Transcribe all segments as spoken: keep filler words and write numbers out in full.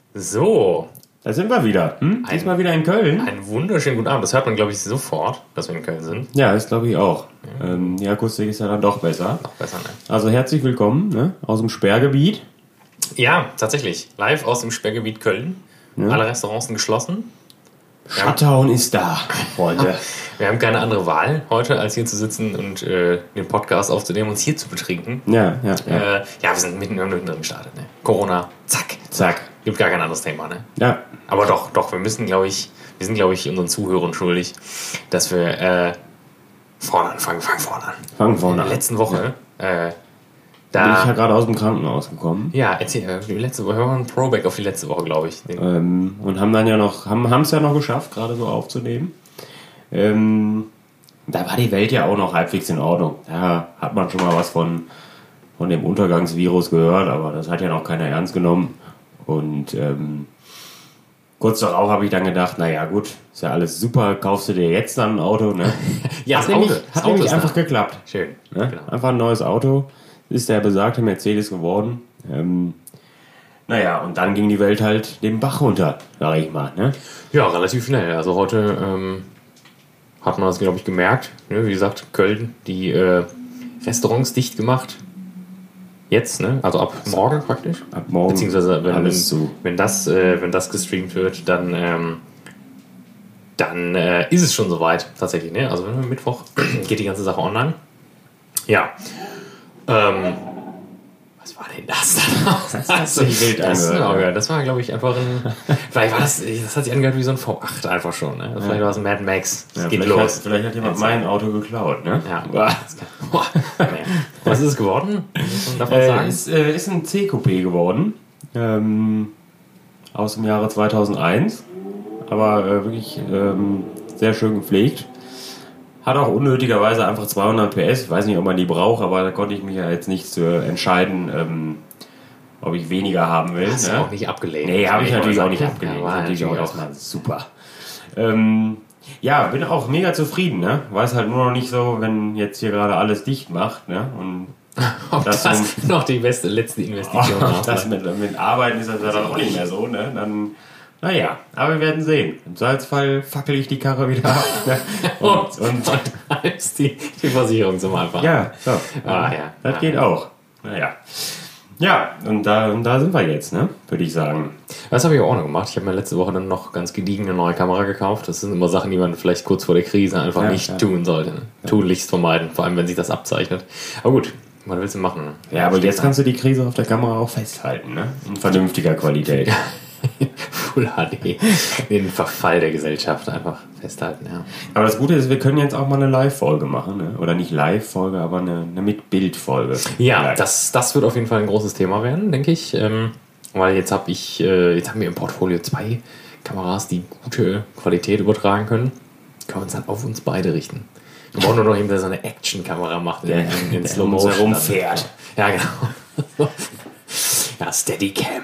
So. Da sind wir wieder. Hm? Ein- Diesmal wieder in Köln. Einen wunderschönen guten Abend. Das hört man, glaube ich, sofort, dass wir in Köln sind. Ja, das glaube ich auch. Ähm, die Akustik ist ja dann doch besser. Noch besser, ne? Also herzlich willkommen, ne? Aus dem Sperrgebiet. Ja, tatsächlich. Live aus dem Sperrgebiet Köln. Ja. Alle Restaurants sind geschlossen. Shutdown ist da, Freunde. Wir haben keine andere Wahl heute, als hier zu sitzen und äh, den Podcast aufzunehmen und uns hier zu betrinken. Ja, ja, ja. Äh, ja, wir sind mitten, mittendrin gestartet. Ne? Corona, zack. Zack. Gibt gar kein anderes Thema, ne? Ja. Aber doch, doch, wir müssen, glaube ich, wir sind, glaube ich, unseren Zuhörern schuldig, dass wir äh, vorne anfangen, fangen vorne an. Fangen vorne In der an. letzten Woche, äh, Bin ich ja da, gerade aus dem Krankenhaus gekommen. ja, erzähl, äh, die letzte Woche, wir machen einen Throwback auf die letzte Woche, glaube ich. Den, Ähm, und haben dann ja noch, haben es ja noch geschafft, gerade so aufzunehmen. Ähm, da war die Welt ja auch noch halbwegs in Ordnung. Da hat man schon mal was von, von dem Untergangsvirus gehört, aber das hat ja noch keiner ernst genommen. Und ähm, kurz darauf habe ich dann gedacht, naja gut, ist ja alles super, kaufst du dir jetzt dann ein Auto, ne? Ja, hat das nämlich, Auto- das hat Auto nämlich ist einfach da. geklappt. Schön. Ne? Genau. Einfach ein neues Auto. Ist der besagte Mercedes geworden. Ähm, naja, und dann ging die Welt halt den Bach runter, sag ich mal. Ne? Ja, relativ schnell. Also heute ähm, hat man das, glaube ich, gemerkt. Ne? Wie gesagt, Köln, die äh, Restaurants dicht gemacht. Jetzt, ne? Also ab morgen praktisch. Ab morgen Beziehungsweise, wenn, alles zu. wenn, das, äh, wenn das gestreamt wird, dann, ähm, dann äh, ist es schon soweit, tatsächlich. Ne? Also wenn wir Mittwoch geht die ganze Sache online. Ja. Ähm, was war denn das? Das hat sich wild das, angehört, ja, das war, glaube ich, einfach ein. Vielleicht war das. Das hat sich angehört wie so ein V acht einfach schon. Ne? Vielleicht war es ein Mad Max. Das Ja, geht vielleicht, los. Hat, vielleicht hat jemand Jetzt. mein Auto geklaut. Ne? Ja. Boah. Boah. Was ist es geworden? Darf man Äh, sagen? ist, äh, ist ein C-Coupé geworden. Ähm, aus dem Jahre zweitausendeins. Aber äh, wirklich ähm, sehr schön gepflegt. Hat auch unnötigerweise einfach zweihundert P S. Ich weiß nicht, ob man die braucht, aber da konnte ich mich ja jetzt nicht zu entscheiden, ähm, ob ich weniger haben will. Hast du ne? auch nicht abgelehnt. Nee, habe ich natürlich auch nicht Ja, abgelehnt. war Das ist natürlich auch natürlich erstmal super. Ähm, ja, bin auch mega zufrieden. Ne? Weiß halt nur noch nicht so, wenn jetzt hier gerade alles dicht macht. Ne? Und Ob das, das noch die beste, letzte Investition oh, war. das mit, mit Arbeiten ist das ja dann auch nicht mehr so. Ne? Dann, naja, aber wir werden sehen. Im Salzfall fackel ich die Karre wieder ab. Ne? Und, und, Und dann ist die, die Versicherung zum Anfang. ja, so. Ah, ja. Das Ja. geht auch. Naja. Ja, und da, und da sind wir jetzt, ne? Würde ich sagen. Das habe ich auch noch gemacht. Ich habe mir letzte Woche dann noch ganz gediegen eine neue Kamera gekauft. Das sind immer Sachen, die man vielleicht kurz vor der Krise einfach Ja, nicht ja. tun sollte. Ne? Tunlichst vermeiden, vor allem wenn sich das abzeichnet. Aber gut, was willst du machen? Ja, aber jetzt kannst du die Krise auf der Kamera auch festhalten, ne? In vernünftiger Qualität. Full H D. Den Verfall der Gesellschaft einfach festhalten, ja. Aber das Gute ist, wir können jetzt auch mal eine Live-Folge machen, ne? Oder nicht Live-Folge, aber eine, eine Mit-Bild-Folge. Ja, Vielleicht. das, das wird auf jeden Fall ein großes Thema werden, denke ich. Ähm, weil jetzt habe ich, äh, jetzt haben wir im Portfolio zwei Kameras, die gute Qualität übertragen können. Können wir uns dann auf uns beide richten. Wir brauchen nur noch jemanden, der so eine Action-Kamera macht in, Der- in, in der Slow um uns Motion. herumfährt. Ja, genau. Ja, Steadicam.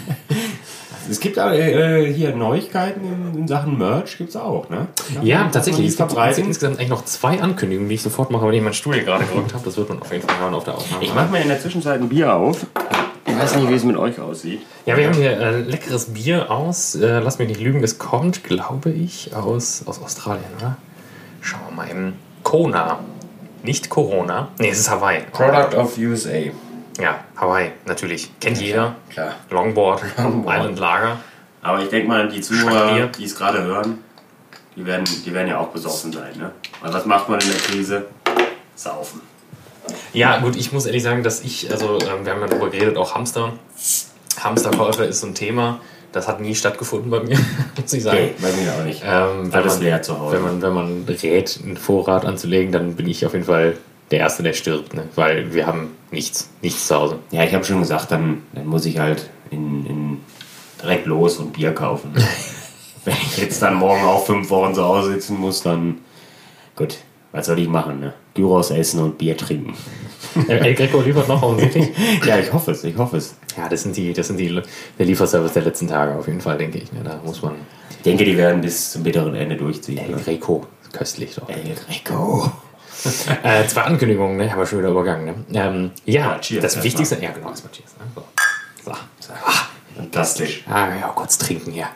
Es gibt auch, äh, hier Neuigkeiten in, in Sachen Merch, gibt's auch, ne? Ja, Kann tatsächlich. man Es die gibt verbreiten? insgesamt eigentlich noch zwei Ankündigungen, die ich sofort mache, wenn ich meinen Stuhl hier gerade gerückt habe. Das wird man auf jeden Fall hören auf der Aufnahme. Ich mache mir in der Zwischenzeit ein Bier auf. Ich weiß nicht, wie es mit euch aussieht. Ja, wir haben hier äh, leckeres Bier aus, äh, lass mich nicht lügen, das kommt, glaube ich, aus, aus Australien, oder? Schauen wir mal eben. Kona. Nicht Corona. Nee, es ist Hawaii. Product of U S A. Ja, Hawaii, natürlich. Kennt jeder. Klar. Longboard, Longboard. Island Lager. Aber ich denke mal, die Zuhörer, Schmackbier. die es gerade hören, die werden, die werden ja auch besoffen sein, ne? Weil was macht man in der Krise? Saufen. Ja, gut, ich muss ehrlich sagen, dass ich, also ähm, wir haben ja darüber geredet, auch Hamster. Hamsterkäufe ist so ein Thema, das hat nie stattgefunden bei mir, muss ich sagen. Okay, bei mir auch nicht. Ähm, wenn, Alles man, leer zu Hause. wenn, man, wenn man rät, einen Vorrat anzulegen, dann bin ich auf jeden Fall der Erste, der stirbt, ne? Weil wir haben nichts, nichts zu Hause. Ja, ich habe schon gesagt, dann, dann muss ich halt in, in direkt los und Bier kaufen. Wenn ich jetzt dann morgen auch fünf Wochen zu Hause sitzen muss, dann gut, was soll ich machen, ne? Gyros essen und Bier trinken. El Greco liefert noch offensichtlich. Ja, ich hoffe es, ich hoffe es. Ja, das sind die, das sind die, der Lieferservice der letzten Tage auf jeden Fall, denke ich. Ne? Da muss man. Ich denke, die werden bis zum bitteren Ende durchziehen. El Ne? Greco, köstlich doch. El Greco. Äh, zwei Ankündigungen, ne? Haben wir schon wieder übergangen. Ne? Ähm, ja, Ja, cheers das erstmal. Wichtigste. Ja, genau, erstmal Cheers. Ne? So. So. Ah, Fantastisch. Ah, ja, kurz trinken hier.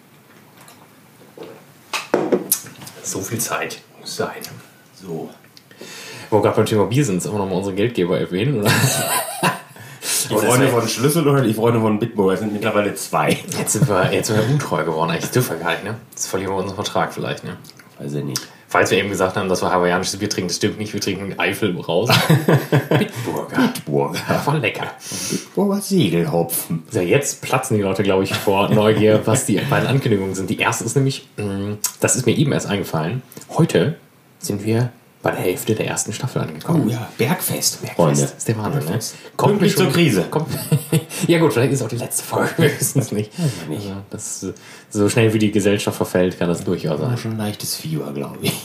So viel Zeit muss sein. So. Wo wir gerade beim Thema Bier sind, sollen wir nochmal unsere Geldgeber erwähnen? Oder? Die Freunde von Schlüssel oder die Freunde von Bitburger sind mittlerweile zwei. Jetzt sind wir, jetzt sind wir untreu geworden. Eigentlich dürfen wir gar nicht, ne? Jetzt verlieren wir unseren Vertrag vielleicht, ne? Weiß ich nicht. Falls wir eben gesagt haben, dass wir hawaiianisches Bier trinken, das stimmt nicht. Wir trinken Eifel raus. Bitburger. Bitburger. Ja, voll lecker. Bitburger Segelhopfen. So, jetzt platzen die Leute, glaube ich, vor Neugier, was die beiden Ankündigungen sind. Die erste ist nämlich, mh, das ist mir eben erst eingefallen, heute sind wir bei der Hälfte der ersten Staffel angekommen. Oh ja, Bergfest. Bergfest. Freunde. Das ist der Wahnsinn, ne? Kommt mir nicht zur Krise. Kommt, ja gut, vielleicht ist auch die letzte Folge, wir wissen es nicht. nicht. Also, das, so schnell wie die Gesellschaft verfällt, kann das durchaus sein. Schon ein leichtes Fieber, glaube ich.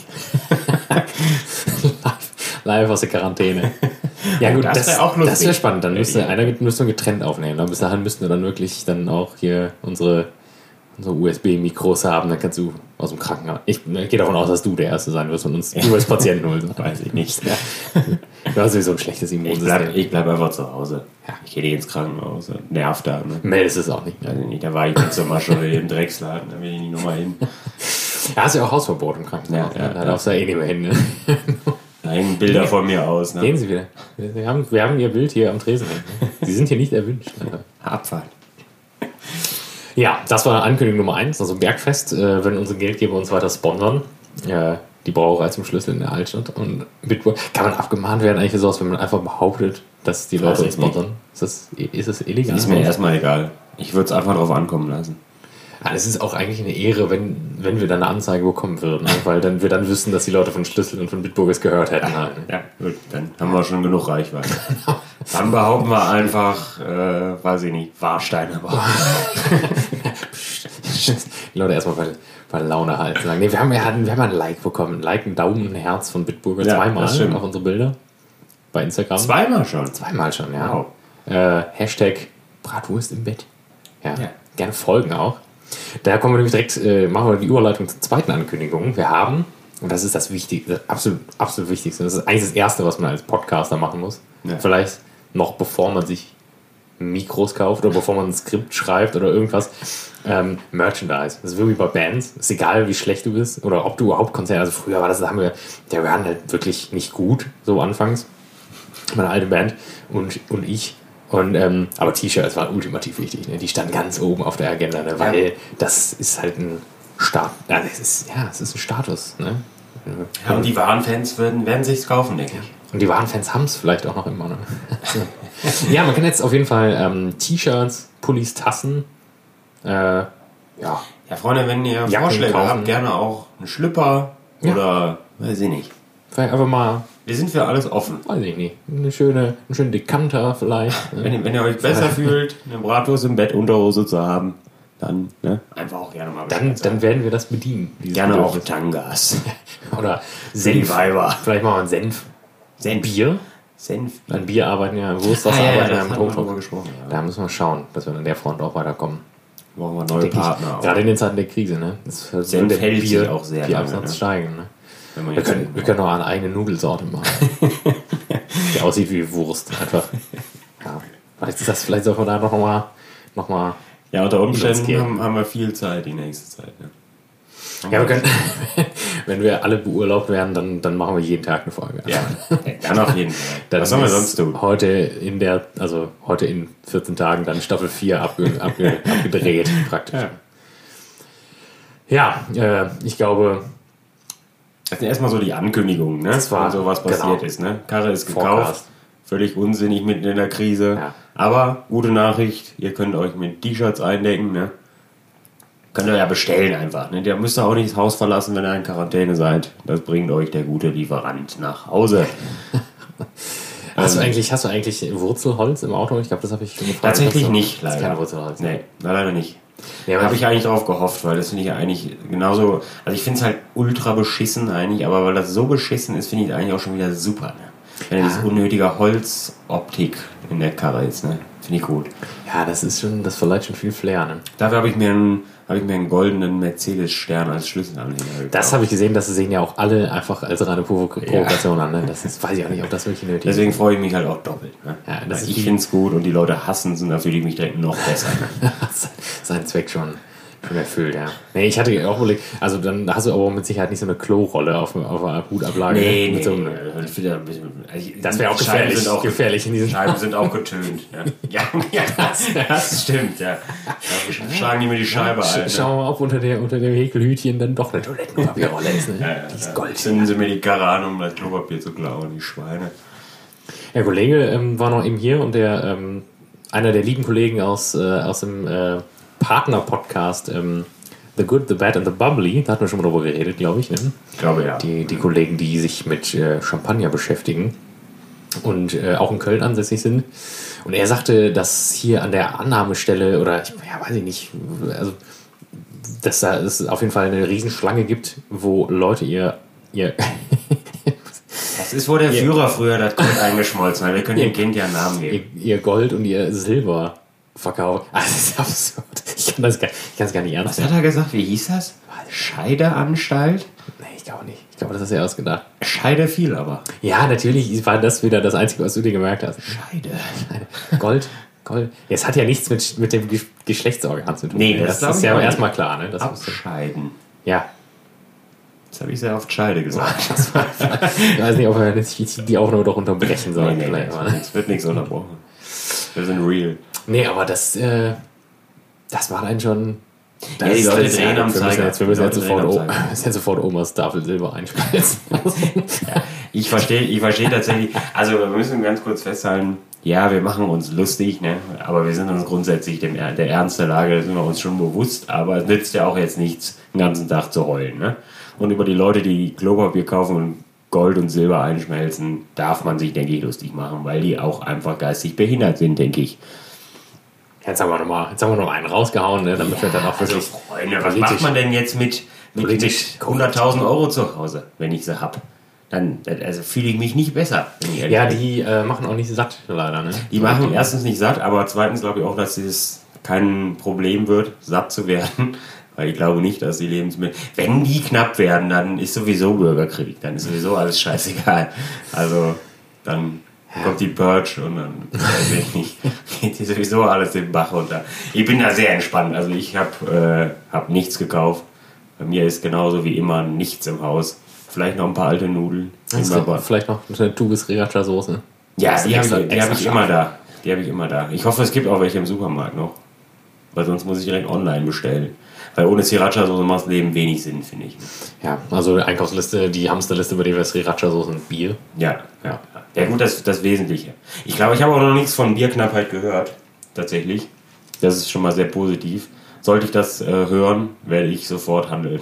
live, live aus der Quarantäne. Ja gut, das das, wäre auch lustig. das wäre spannend. Dann müsste Ja. einer müsste getrennt aufnehmen. Dann bis dahin müssten wir dann wirklich dann auch hier unsere, unsere U S B-Mikros haben. Dann kannst du aus dem Krankenhaus. Ich, ich gehe davon aus, dass du der Erste sein wirst und uns du als Patienten holst. Weiß ich nicht. Ja. Du hast sowieso ein schlechtes Ich Immunsystem. bleib, ich bleib einfach zu Hause. Ja. Ich gehe nicht ins Krankenhaus. Nervt da. Ne? Meldest es auch nicht. Weiß Ne? ich nicht. Da war ich jetzt zum Beispiel schon im Drecksladen. Da will ich nicht nochmal hin. Da hast du ja auch Hausverbot im Krankenhaus. Ja, ja, ne? Da ja. darfst du ja eh nicht mehr hin. Ne? Da hängen Bilder von mir aus. Gehen Ne? Sie wieder. Wir haben, wir haben Ihr Bild hier am Tresen hängen. Ne? Sie sind hier nicht erwünscht. Alter. Abfahrt. Ja, das war Ankündigung Nummer eins, also Bergfest, äh, wenn unsere Geldgeber uns weiter sponsern. Äh, die Brauerei zum Schlüssel in der Altstadt. Und Bitburg. Kann man abgemahnt werden eigentlich sowas, wenn man einfach behauptet, dass die Leute uns Weiß ich nicht. sponsern? Ist das, ist das illegal? Ist mir erstmal egal. Ich würde es einfach drauf ankommen lassen. Ja, es ist auch eigentlich eine Ehre, wenn, wenn wir dann eine Anzeige bekommen würden, ne? Weil dann wir dann wüssten, dass die Leute von Schlüssel und von Bitburg es gehört hätten. Halt, ne? Ja, gut. Dann haben wir schon genug Reichweite. Dann behaupten wir einfach, äh, weiß ich nicht, Warsteiner. Die Leute erstmal bei, bei Laune halten. Sagen, nee, wir haben ja wir haben ein Like bekommen. Ein Like, ein Daumen, ein Herz von Bitburger. Ja, Zweimal das stimmt. auf unsere Bilder. Bei Instagram. Zweimal schon. Zweimal schon, ja. Wow. Äh, Hashtag Bratwurst im Bett. Ja, Ja. gerne folgen auch. Da kommen wir nämlich direkt, äh, machen wir die Überleitung zur zweiten Ankündigung. Wir haben, und das ist das Wichtigste, das absolut, absolut Wichtigste, das ist eigentlich das Erste, was man als Podcaster machen muss. Ja. Vielleicht noch bevor man sich Mikros kauft oder bevor man ein Skript schreibt oder irgendwas. Ähm, Merchandise. Das ist wie bei Bands. Ist egal, wie schlecht du bist oder ob du überhaupt Konzerte. Also früher war das, da haben wir, der waren halt wirklich nicht gut, so anfangs. Meine alte Band und, und ich. Und, ähm, aber T-Shirts waren ultimativ wichtig. Ne? Die standen ganz oben auf der Agenda, ne? Weil ja. das ist halt ein Start. Ja, das ist, ja, es ist ein Status. Ne? Ja, und die wahren Fans werden, werden sich's kaufen, denke ich. Und die wahren Fans haben es vielleicht auch noch immer. Ne? Ja, man kann jetzt auf jeden Fall ähm, T-Shirts, Pullis, Tassen. Äh, ja. Ja, Freunde, wenn ihr Jacken Vorschläge kaufen. habt, gerne auch einen Schlüpper Ja. oder weiß ich nicht. Vielleicht einfach mal, Wir sind für alles offen. weiß ich nicht, eine schöne, einen schönen Dekanter vielleicht. Ne? Wenn ihr, wenn ihr euch besser fühlt, eine Bratwurst im Bett, Unterhose zu haben, dann ne, einfach auch gerne mal Dann, Bescheid sagen. dann werden wir das bedienen. dieses Gerne auch Bedürfnis. Tangas. Oder Die Senf. Weiber. Vielleicht mal ein Senf. Senf. Bier. Senf. An Bier arbeiten ja, Wurst, das Ah, ja, ja, arbeiten ja das im hatten wir Hochdruck. drüber gesprochen. Ja. Da müssen wir schauen, dass wir an der Front auch weiterkommen. Brauchen wir neue Denke Partner. ich, auch. gerade in den Zeiten der Krise, ne? Das wird Senf der hält sich auch sehr lange, Bierabsatz ne? steigen, ne? Wenn man Wir jetzt können, wir können auch eine eigene Nudelsorte machen. Die aussieht wie Wurst, einfach. Ja. Vielleicht ist das, vielleicht sollten wir da noch mal, noch mal ja, unter Umständen Umsatz geben. haben, haben wir viel Zeit die nächste Zeit. Ja. Ja, wir können, wenn wir alle beurlaubt werden, dann, dann machen wir jeden Tag eine Folge. Ja, dann auf jeden Fall. Dann Was sollen wir ist sonst tun? Heute in der, also heute in vierzehn Tagen dann Staffel vier abge, abge, abgedreht, praktisch. Ja, ja äh, ich glaube, Das sind erstmal so die Ankündigungen, ne? Das war- wenn sowas passiert genau. ist. Ne? Karre ist Forecast. gekauft. Völlig unsinnig mitten in der Krise. Ja. Aber gute Nachricht, ihr könnt euch mit T-Shirts eindecken. Ne? Könnt ihr ja bestellen einfach. Ne? Ihr müsst auch nicht das Haus verlassen, wenn ihr in Quarantäne seid. Das bringt euch der gute Lieferant nach Hause. hast, Ähm, du eigentlich, hast du eigentlich Wurzelholz im Auto? Ich glaube, das habe ich schon gefragt. Tatsächlich Hast du- nicht, Das ist leider. kein Wurzelholz. Nee, na, leider nicht. Ja, Da aber habe ich eigentlich drauf gehofft, weil das finde ich ja eigentlich genauso. Also ich finde es halt ultra beschissen eigentlich, aber weil das so beschissen ist, finde ich es eigentlich auch schon wieder super. Ne? Wenn ja. Diese unnötige Holzoptik in der Karre ist, ne? Finde ich gut. Ja, das ist schon, das verleiht schon viel Flair, ne? Dafür habe ich mir einen, habe ich mir einen goldenen Mercedes-Stern als Schlüsselanhänger gekauft. Das habe ich gesehen, das sehen ja auch alle einfach als reine Provokation ja. an, ne? Das ist, weiß ich auch nicht, ob das wirklich nötig Deswegen ist. freue ich mich halt auch doppelt, ne? Ja, das ich finde es gut und die Leute hassen es und da fühle ich mich direkt noch besser. Ne? Sein Zweck schon. Schon erfüllt, ja. Nee, ich hatte auch überlegt, also dann hast du aber mit Sicherheit nicht so eine Klorolle auf, auf einer Hutablage. Nee, mit nee, so einem, nee. Das wäre auch gefährlich, sind auch gefährlich in diesen Scheiben sind auch getönt. Ja, ja, ja das, das stimmt, ja. Da schlagen die mir die Scheibe ein. Schauen wir mal, ob unter, der, unter dem Häkelhütchen dann doch eine Toilettenpapierrolle ist. Ne? Ja, ja, die ist ja. Gold. Zünden sie mir die Karre an, um das Klopapier zu klauen, die Schweine. Der Kollege ähm, war noch eben hier und der ähm, einer der lieben Kollegen aus, äh, aus dem äh, Partner-Podcast ähm, The Good, The Bad and The Bubbly, da hatten wir schon mal drüber geredet, glaube ich. Ne? Ich glaube, ja. Die, die Kollegen, die sich mit äh, Champagner beschäftigen und äh, auch in Köln ansässig sind. Und er sagte, dass hier an der Annahmestelle oder, ich, ja, weiß ich nicht, also, dass da es auf jeden Fall eine Riesenschlange gibt, wo Leute ihr... ihr das ist, wo der Führer früher das Gold eingeschmolzen hat. Wir können dem Kind ja einen Namen geben. Ihr, ihr Gold und ihr Silber verkaufen. Ah, das ist absurd. Ich kann das gar, ich kann es gar nicht ernst nehmen. Was hat er gesagt? Wie hieß das? Scheideanstalt? Nee, ich glaube nicht. Ich glaube, das hast du ja ausgedacht. Scheide viel aber. Ja, natürlich war das wieder das Einzige, was du dir gemerkt hast. Scheide. Scheide. Gold. Gold. Es hat ja nichts mit, mit dem Geschlechtsorgan zu tun. Nee, das, das ist ja erstmal klar. Ne? Das Abscheiden. Ja. Jetzt habe ich sehr oft Scheide gesagt. Ich weiß nicht, ob wir jetzt die Aufnahme doch unterbrechen sollen. Nee, nee, nee, es wird nichts unterbrochen. Wir sind real. Nee, aber das, äh, das macht einen schon... Das ja, die Leute ist, drehen ja, am wir müssen jetzt, wir müssen jetzt sofort, o- jetzt sofort Omas Tafel Silber einschmelzen. Ja, ich verstehe ich verstehe tatsächlich, also wir müssen ganz kurz festhalten, ja, wir machen uns lustig, ne? Aber wir sind uns grundsätzlich dem, der Ernst der Lage, da sind wir uns schon bewusst, aber es nützt ja auch jetzt nichts, den ganzen Tag zu heulen. Ne? Und über die Leute, die Klopapier kaufen und Gold und Silber einschmelzen, darf man sich, denke ich, lustig machen, weil die auch einfach geistig behindert sind, denke ich. Jetzt haben wir noch mal, jetzt haben wir noch einen rausgehauen, ne? Damit ja, wir dann auch wirklich... Also Freunde, was macht man denn jetzt mit, mit, mit hunderttausend Euro zu Hause, wenn ich sie habe? Dann also fühle ich mich nicht besser. Wenn ich ja, die äh, machen auch nicht satt, leider. Ne? Die machen die erstens nicht satt, aber zweitens glaube ich auch, dass es kein Problem wird, satt zu werden. Weil ich glaube nicht, dass die Lebensmittel... Wenn die knapp werden, dann ist sowieso Bürgerkrieg. Dann ist sowieso alles scheißegal. Also dann... Ja. Kommt die Purge und dann weiß ich nicht, geht hier sowieso alles den Bach runter. Ich bin da sehr entspannt. Also ich habe äh, hab nichts gekauft. Bei mir ist genauso wie immer nichts im Haus. Vielleicht noch ein paar alte Nudeln. Vielleicht noch eine Tube Sriracha-Soße. Ja, die habe ich, die hab ich immer da. Die habe ich immer da. Ich hoffe, es gibt auch welche im Supermarkt noch. Weil sonst muss ich direkt online bestellen. Weil ohne Sriracha-Soße macht das Leben wenig Sinn, finde ich. Ja, also Einkaufsliste, die Hamsterliste, bei der wir Sriracha-Soße und Bier. Ja, ja. Ja gut, das ist das Wesentliche. Ich glaube, ich habe auch noch nichts von Bierknappheit gehört. Tatsächlich. Das ist schon mal sehr positiv. Sollte ich das äh, hören, werde ich sofort handeln.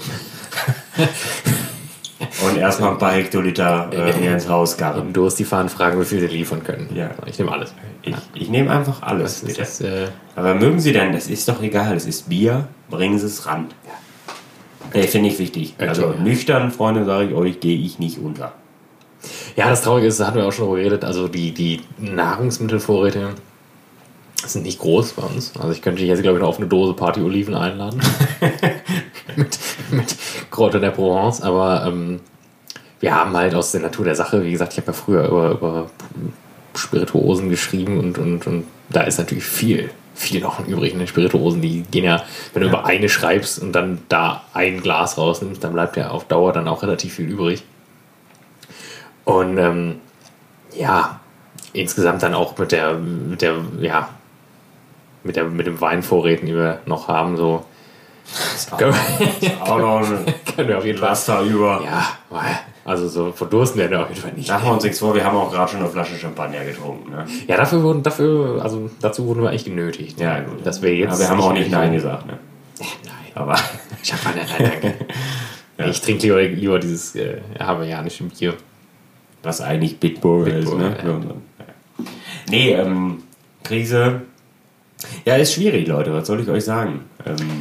Und erstmal ein paar Hektoliter äh, mir ins Haus garren. Du hast die Fahnen fragen, wie viel sie liefern können. Ja. Ich nehme alles. Ich, ich nehme einfach alles. Das ist, äh Aber mögen Sie denn, das ist doch egal, es ist Bier, bringen Sie es ran. Ja. Nee, finde ich wichtig. Okay, also ja. Nüchtern, Freunde, sage ich euch, gehe ich nicht unter. Ja, das Traurige ist, da hatten wir auch schon darüber geredet, also die, die Nahrungsmittelvorräte sind nicht groß bei uns. Also ich könnte dich jetzt, glaube ich, noch auf eine Dose Party-Oliven einladen. mit, mit Kräuter der Provence, aber ähm, wir haben halt aus der Natur der Sache, wie gesagt, ich habe ja früher über, über Spirituosen geschrieben und, und, und da ist natürlich viel, viel noch übrig. Ne? Spirituosen, die gehen ja, wenn du ja. über eine schreibst und dann da ein Glas rausnimmst, dann bleibt ja auf Dauer dann auch relativ viel übrig. Und ähm, ja, insgesamt dann auch mit der, mit der, ja, mit der, mit dem Weinvorräten, die wir noch haben, so. Das können wir, auch noch können wir auf jeden Fall. da über. Ja, also so verdursten werden wir auf jeden Fall nicht. Machen wir uns nichts vor, wir haben auch gerade schon eine Flasche Champagner getrunken. Ne? Ja, dafür wurden, dafür, also dazu wurden wir eigentlich genötigt. Ja, ne? Gut. Dass wir jetzt. Aber wir haben auch nicht Nein gesagt, ne? Nein. Aber. Champagner, nein, danke. Ja. Ich trinke lieber, lieber dieses äh, hawaiianische Bier. Was eigentlich Bitburger ist, ne? Ja. Ja. Nee, ähm, Krise. Ja, ist schwierig, Leute, was soll ich euch sagen? Ähm,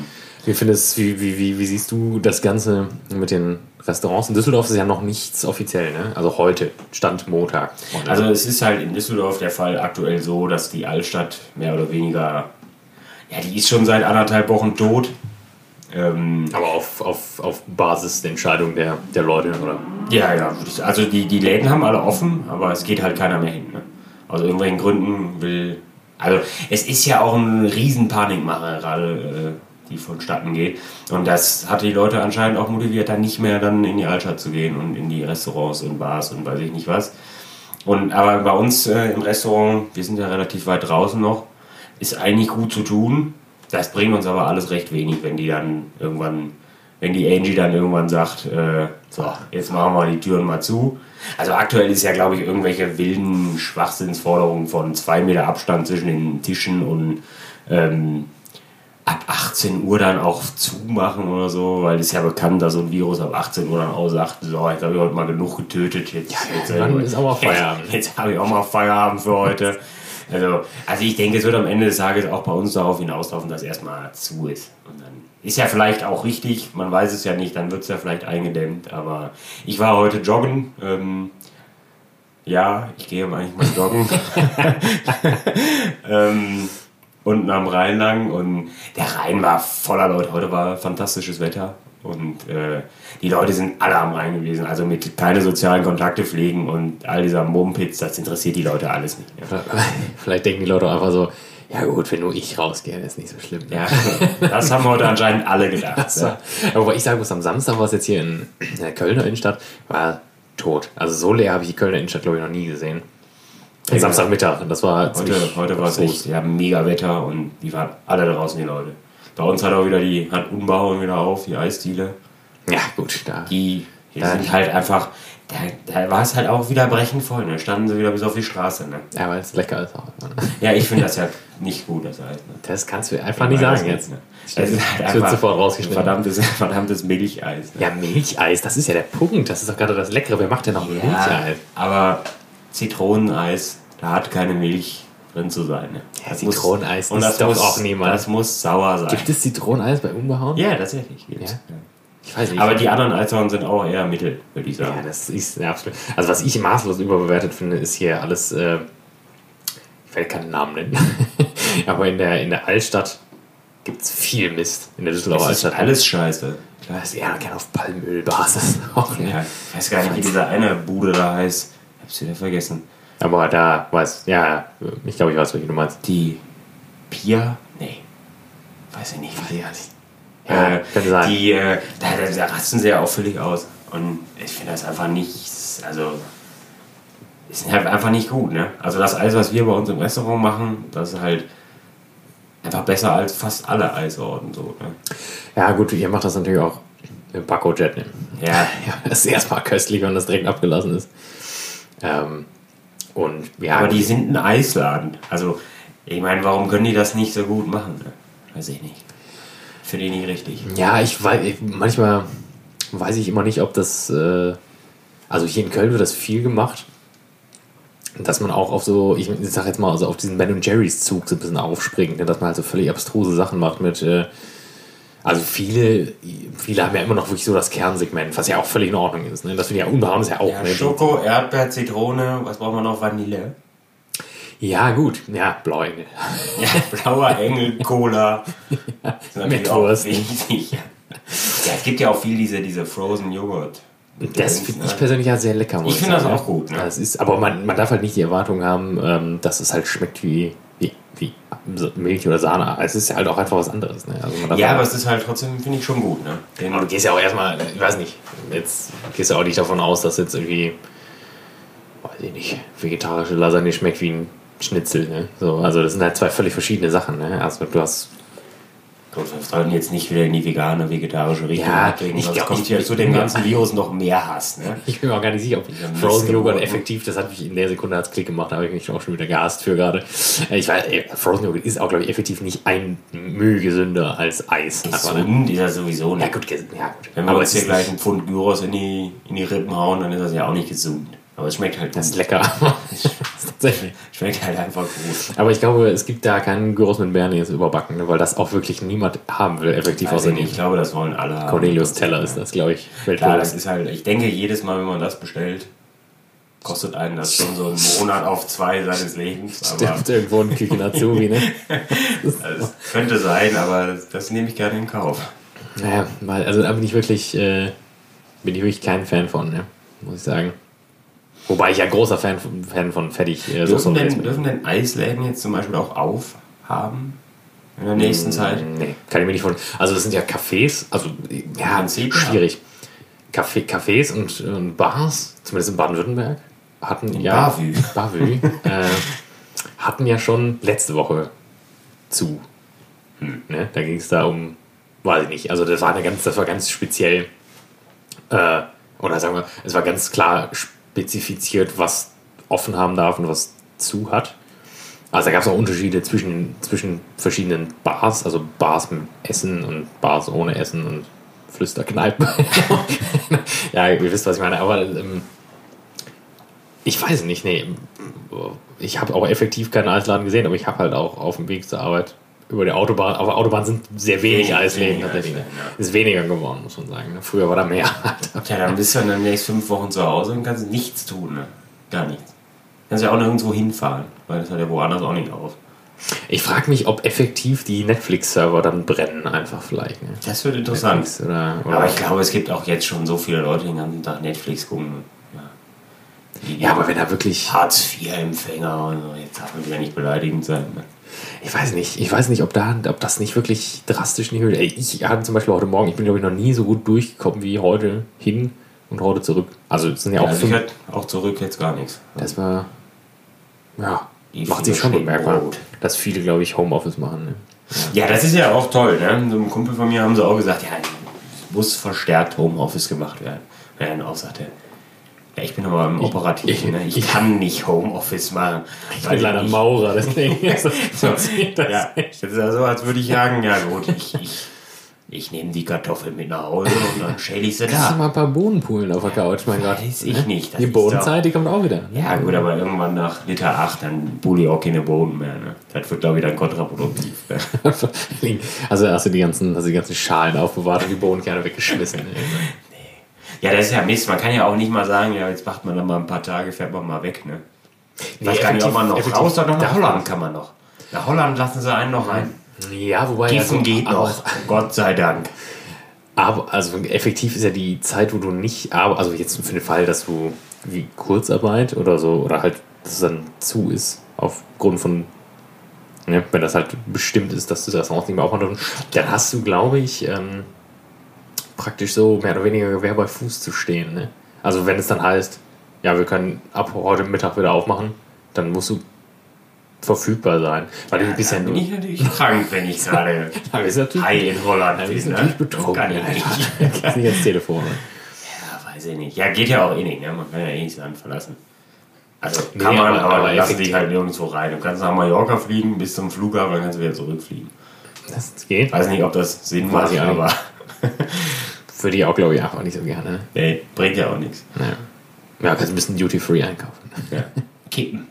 Wie findest, wie, wie, wie, wie siehst du das Ganze mit den Restaurants? In Düsseldorf ist ja noch nichts offiziell, ne? Also heute, Stand Montag. Also es ist halt in Düsseldorf der Fall aktuell so, dass die Altstadt mehr oder weniger, ja, die ist schon seit anderthalb Wochen tot. Ähm, Aber auf, auf, auf Basis der Entscheidung der, der Leute, oder? Ja, ja. Also die, die Läden haben alle offen, aber es geht halt keiner mehr hin. Ne? Aus irgendwelchen Gründen will... Also es ist ja auch ein riesen Panikmache gerade, äh, die vonstatten geht. Und das hat die Leute anscheinend auch motiviert, dann nicht mehr dann in die Altstadt zu gehen und in die Restaurants und Bars und weiß ich nicht was. Und aber bei uns äh, im Restaurant, wir sind ja relativ weit draußen noch, ist eigentlich gut zu tun. Das bringt uns aber alles recht wenig, wenn die dann irgendwann, wenn die Angie dann irgendwann sagt, äh, so, jetzt machen wir die Türen mal zu. Also aktuell ist ja, glaube ich, irgendwelche wilden Schwachsinnsforderungen von zwei Meter Abstand zwischen den Tischen und ähm, ab achtzehn Uhr dann auch zumachen oder so, weil es ist ja bekannt, dass so ein Virus ab achtzehn Uhr dann auch sagt, so, jetzt habe ich heute mal genug getötet, jetzt, Ja, jetzt, dann ist aber Feierabend. Jetzt, jetzt habe ich auch mal Feierabend für heute. Also, also ich denke, es wird am Ende des Tages auch bei uns darauf hinauslaufen, dass erstmal zu ist. Und dann ist ja vielleicht auch richtig, man weiß es ja nicht, dann wird es ja vielleicht eingedämmt. Aber ich war heute joggen. Ähm, ja, ich gehe eigentlich mal joggen. ähm, unten am Rhein lang. Und der Rhein war voller Leute. Heute war fantastisches Wetter. Und äh, die Leute sind alle am Rhein gewesen. Also mit keine sozialen Kontakte pflegen und all dieser Mumpitz, das interessiert die Leute alles nicht. Ja. Vielleicht denken die Leute auch einfach so, ja gut, wenn nur ich rausgehe, ist nicht so schlimm. Ja, das haben heute anscheinend alle gedacht. Ja. Aber wobei ich sagen muss, am Samstag war es jetzt hier in der Kölner Innenstadt, war tot. Also so leer habe ich die Kölner Innenstadt, glaube ich, noch nie gesehen. Ja, Samstagmittag, und das war heute, heute war es echt, ja, mega Wetter und die waren alle draußen, die Leute. Bei uns hat auch wieder die hat Umbauen wieder auf, die Eisdiele. Ja, gut, da. Die, die da sind halt einfach, da, da war es halt auch wieder brechend voll, da ne? Standen sie wieder bis auf die Straße. Ne? Ja, weil es lecker ist auch. Ne? Ja, ich finde das ja nicht gut, das Eis. Ne? Das kannst du einfach nicht sagen jetzt. Ne? Das ist halt einfach sofort rausgeschnitten. Verdammtes, verdammtes Milcheis. Ne? Ja, Milcheis, das ist ja der Punkt. Das ist doch gerade das Leckere. Wer macht denn noch ja, Milcheis? Aber Zitroneneis, da hat keine Milch drin zu sein. Ne? Ja, Zitroneneis muss, ist doch muss, auch niemand. Das muss sauer sein. Gibt es Zitroneneis bei Umbehauen? Ja, tatsächlich. Ja? Ja. Ich weiß nicht. Aber die anderen Eissorten sind auch eher mittel, würde ich sagen. Ja, das ist ja, absolut. Also was ich maßlos überbewertet finde, ist hier alles, äh, ich werde keinen Namen nennen, aber in der, in der Altstadt gibt es viel Mist. In der Düsseldorfer Altstadt. Alles scheiße. Das ist ja gerne auf Palmölbasis auch. Ne? Ja, ich weiß gar nicht, wie dieser eine Bude da heißt. Ich hab's wieder vergessen. Aber da weiß, ja, ich glaube, ich weiß, welche du meinst. Die Pia? Nee. Weiß ich nicht, weiß ich nicht. Ja, äh, könnte sein. Die, äh, da, da, da rasten sie ja auch völlig aus. Und ich finde das einfach nicht, also, ist halt einfach nicht gut, ne? Also das Eis, was wir bei uns im Restaurant machen, das ist halt einfach besser als fast alle Eissorten, so, ne? Ja, gut, ihr macht das natürlich auch im Baco-Jet, ne? Ja. Ja. Das ist erstmal köstlich, wenn das direkt abgelassen ist. Ähm, und, ja. Aber die sind ein Eisladen. Also, ich meine, warum können die das nicht so gut machen, ne? Weiß ich nicht. Finde ich nicht richtig. Ja, ich weiß, ich, manchmal weiß ich immer nicht, ob das, äh, also hier in Köln wird das viel gemacht, dass man auch auf so, ich sag jetzt mal, also auf diesen Ben und Jerry's Zug so ein bisschen aufspringt, ne, dass man halt so völlig abstruse Sachen macht mit, äh, also viele, viele haben ja immer noch wirklich so das Kernsegment, was ja auch völlig in Ordnung ist, ne, das finde ich ja unbehauen, ist ja auch, ja, ne, Schoko, Erdbeer, Zitrone, was brauchen wir noch? Vanille? Ja, gut, ja, Blauer Engel. Ja, Blauer Engel, Cola. Ja, mit Wurst. Wichtig. Ja, es gibt ja auch viel diese, diese Frozen Joghurt. Das finde ich persönlich ja sehr lecker. Ich finde das auch gut. Ne? Das ist, aber man, man darf halt nicht die Erwartung haben, ähm, dass es halt schmeckt wie, wie, wie Milch oder Sahne. Es ist ja halt auch einfach was anderes. Ne? Also man darf ja, halt, aber es ist halt trotzdem, finde ich, schon gut. Ne? Den aber du gehst ja auch erstmal, ich weiß nicht, jetzt gehst du auch nicht davon aus, dass jetzt irgendwie, weiß ich nicht, vegetarische Lasagne schmeckt wie ein Schnitzel. Ne? So, also das sind halt zwei völlig verschiedene Sachen. Ne? Also du hast... Gut, wir sollten jetzt nicht wieder in die vegane, vegetarische Richtung ja, abwägen, ich sonst glaub, kommt ich, hier ich, zu dem ja. ganzen Virus noch mehr Hass. Ne? Ich bin mir auch gar nicht sicher, ob Frozen Joghurt effektiv, das hat mich in der Sekunde als Klick gemacht, da habe ich mich auch schon wieder gehasst für gerade. Ich weiß, ey, Frozen Joghurt ist auch, glaube ich, effektiv nicht ein Mühe gesünder als Eis. Gesund ist er sowieso nicht. Ja gut, ja, gut. Wenn wir aber uns hier gleich einen Pfund Gyros in die, in die Rippen hauen, dann ist das ja auch nicht gesund. Aber es schmeckt halt gut. Das ist lecker. Tatsächlich. Schmeckt halt einfach gut. Aber ich glaube, es gibt da keinen Gyros mit Bernays überbacken, ne, weil das auch wirklich niemand haben will, effektiv Also außer ich glaube, das wollen alle haben. Cornelius Teller ist das, glaube ich. Klar, das ist halt, ich denke, jedes Mal, wenn man das bestellt, kostet einen das schon so einen Monat auf zwei seines Lebens. Aber Stimmt, irgendwo ein Küchen Azubi, ne? das könnte sein, aber das, das nehme ich gerne in Kauf. Naja, weil, also da bin ich wirklich, äh, bin ich wirklich kein Fan von, ne? Muss ich sagen. Wobei ich ja großer Fan, Fan von fertig äh, dürfen, denn, dürfen denn Eisläden jetzt zum Beispiel auch aufhaben in der nächsten Zeit? Nee, kann ich mir nicht vorstellen. Also das sind ja Cafés, also ja, Prinzip, schwierig. Café, Cafés und, und Bars, zumindest in Baden-Württemberg, hatten in ja Bavü. Bavü äh, hatten ja schon letzte Woche zu. Hm, ne? Da ging es da um, weiß ich nicht, also das war eine ganz, das war ganz speziell, äh, oder sagen wir, es war ganz klar spezifiziert, was offen haben darf und was zu hat. Also da gab es auch Unterschiede zwischen, zwischen verschiedenen Bars, also Bars mit Essen und Bars ohne Essen und Flüsterkneipen. Ja, ihr wisst, was ich meine, aber ähm, ich weiß nicht, nee, ich habe auch effektiv keinen Eisladen gesehen, aber ich habe halt auch auf dem Weg zur Arbeit über die Autobahn, aber Autobahn sind sehr wenig Wenig, Eisläden weniger tatsächlich. Eisläden, ja. Ist weniger geworden, muss man sagen. Früher war da mehr. Tja, dann bist du dann demnächst fünf Wochen zu Hause und kannst nichts tun, ne? Gar nichts. Kannst ja auch nirgendwo hinfahren, weil das hört ja woanders auch nicht auf. Ich frage mich, ob effektiv die Netflix-Server dann brennen, einfach vielleicht. Ne? Das wird interessant. Netflix oder, oder Aber ich glaube, es gibt auch jetzt schon so viele Leute, die den ganzen Tag Netflix gucken. Ja, die ja, aber wenn da wirklich. Hartz vier Empfänger und so, jetzt darf man wieder nicht beleidigend sein. Ne? Ich weiß nicht, ich weiß nicht, ob, da, ob das nicht wirklich drastisch in die Höhe. Ey, ich hatte zum Beispiel heute Morgen, ich bin glaube ich noch nie so gut durchgekommen wie heute hin und heute zurück. Also es sind ja, Ja, auch also fünf. ich hätte auch zurück jetzt gar nichts. Das war. Ja, Die macht viele sich schon stehen bemerkbar, rot. dass viele, glaube ich, Homeoffice machen. Ne? Ja, das ist ja auch toll. Ne? So ein Kumpel von mir haben sie auch gesagt, ja, es muss verstärkt Homeoffice gemacht werden. Und er dann auch sagte, ja, ich bin aber im Operativen, ne? ich, ich kann nicht Homeoffice machen. Ich bin ein kleiner Maurer, deswegen funktioniert das Ja, nicht. das ist ja so, als würde ich sagen, ja gut, ich, ich, ich nehme die Kartoffeln mit nach Hause und dann schäle ich sie Kannst du da. mal ein paar Bohnen poolen auf der Couch, mein Gott. Weiß ich nicht. Das Die ist Bodenzeit, die kommt auch wieder. doch- Ja gut, aber irgendwann nach Liter acht, dann bulle ich auch keine Bohnen mehr. Ne? Das wird, glaube ich, dann kontraproduktiv. Ne? Also hast du die ganzen, hast du die ganzen Schalen aufbewahrt und die Bohnenkerne weggeschmissen. Ja, das ist ja Mist. Man kann ja auch nicht mal sagen, ja, jetzt macht man dann mal ein paar Tage, fährt man mal weg. Ne? Ich weiß Nee, gar nicht, ob man noch effektiv- raus oder nach darf Holland man. kann man noch. Nach Holland lassen sie einen noch rein. Ja, wobei... Gießen also, geht aber, noch. Gott sei Dank. Aber also effektiv ist ja die Zeit, wo du nicht... Aber, also jetzt für den Fall, dass du wie Kurzarbeit oder so, oder halt, dass es dann zu ist, aufgrund von... Ne, wenn das halt bestimmt ist, dass du das auch nicht mehr aufmachen darfst, dann hast du, glaube ich, ähm, praktisch so mehr oder weniger Gewehr bei Fuß zu stehen. Ne? Also wenn es dann heißt, ja, wir können ab heute Mittag wieder aufmachen, dann musst du verfügbar sein. Weil du bist ja Dann bin nur... ich natürlich krank, wenn ich gerade Da bist du natürlich, Hi in Holland da bist du bin. natürlich Ne? betrunken. Kann ich nicht. Gehst nicht ans Telefon. Ne? Ja, weiß ich nicht. Ja, geht ja auch eh nicht. Ne? Man kann ja eh nicht das Land verlassen. Also Nee, kann man, aber- aber, aber lassen effektiv- dich halt nirgendwo rein. Du kannst nach Mallorca fliegen, bis zum Flughafen, dann kannst du wieder zurückfliegen. Das geht. Weiß nicht, ob das Sinn Weiß macht, ich auch nicht. aber Würde ich auch, glaube ich, auch nicht so gerne. Ne? nee, bringt ja auch nichts. Naja. Ja, kannst ein bisschen Duty-Free einkaufen. Ja. Kippen.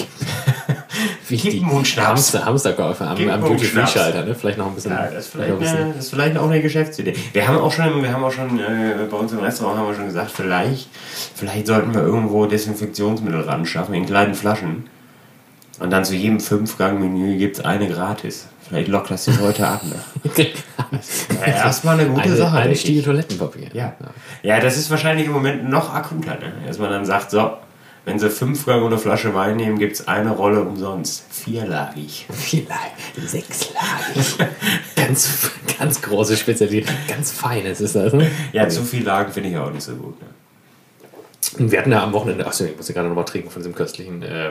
Wichtig. Kippen und Schnaps. Hamster, Hamsterkäufer am, Kippen am und Duty-Free-Schalter. Ne? Vielleicht noch ein bisschen. Ja, das ist vielleicht noch vielleicht, ein eine, bisschen das ist vielleicht auch eine Geschäftsidee. Wir haben auch schon, wir haben auch schon äh, bei uns im Restaurant haben wir schon gesagt, vielleicht, vielleicht sollten wir irgendwo Desinfektionsmittel ran schaffen in kleinen Flaschen. Und dann zu jedem Fünf-Gang-Menü gibt es eine gratis. Vielleicht lockt das die Leute ab. Ne? Ja, erstmal eine gute eine, Sache. eine denke Stiege ich. Toilettenpapier. Ja. Ja, das ist wahrscheinlich im Moment noch akuter. Ne? Dass man dann sagt, so, wenn sie fünf Gang oder Flasche Wein nehmen, gibt es eine Rolle umsonst. Vierlagig. Vielleicht sechslagig. ganz, ganz große Spezialität. Ganz feines ist das. Ne? Ja, zu viel Lagen finde ich auch nicht so gut. Ne? Und wir hatten ja am Wochenende. Achso, ich muss ja gerade noch mal trinken von diesem köstlichen. Äh,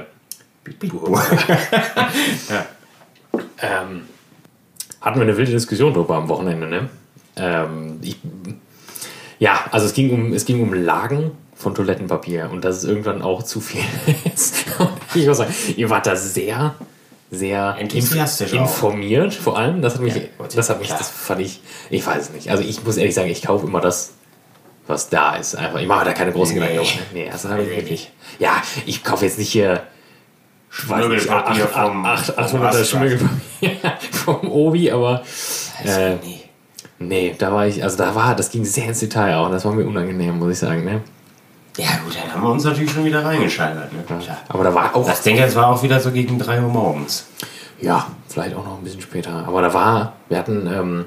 Ja. ähm, hatten wir eine wilde Diskussion drüber am Wochenende, ne? Ähm, ich, ja, also es ging um es ging um Lagen von Toilettenpapier und das ist irgendwann auch zu viel ist. Ich muss sagen, ihr wart da sehr, sehr Enthusiastisch inf- auch. informiert, vor allem. Das hat mich, Ja, das hat mich, klar. das fand ich, ich weiß es nicht. Also ich muss ehrlich sagen, ich kaufe immer das, was da ist. Einfach, ich mache da keine großen Nee. Gedanken. Nee, das habe ich wirklich. Ja, ich kaufe jetzt nicht hier Schmirgelpapier vom- vom achthunderter Ast- Schmirgelpapier vom Obi, aber äh, nee. nee, da war ich, also da war, das ging sehr ins Detail auch. Das war mir unangenehm, muss ich sagen. Ne? Ja gut, dann haben wir uns natürlich schon wieder reingeschaltet. Ne? Klar. Aber da war auch, Das denke ich, es war auch wieder so gegen drei Uhr morgens. ja, vielleicht auch noch ein bisschen später. Aber da war, wir hatten, ähm,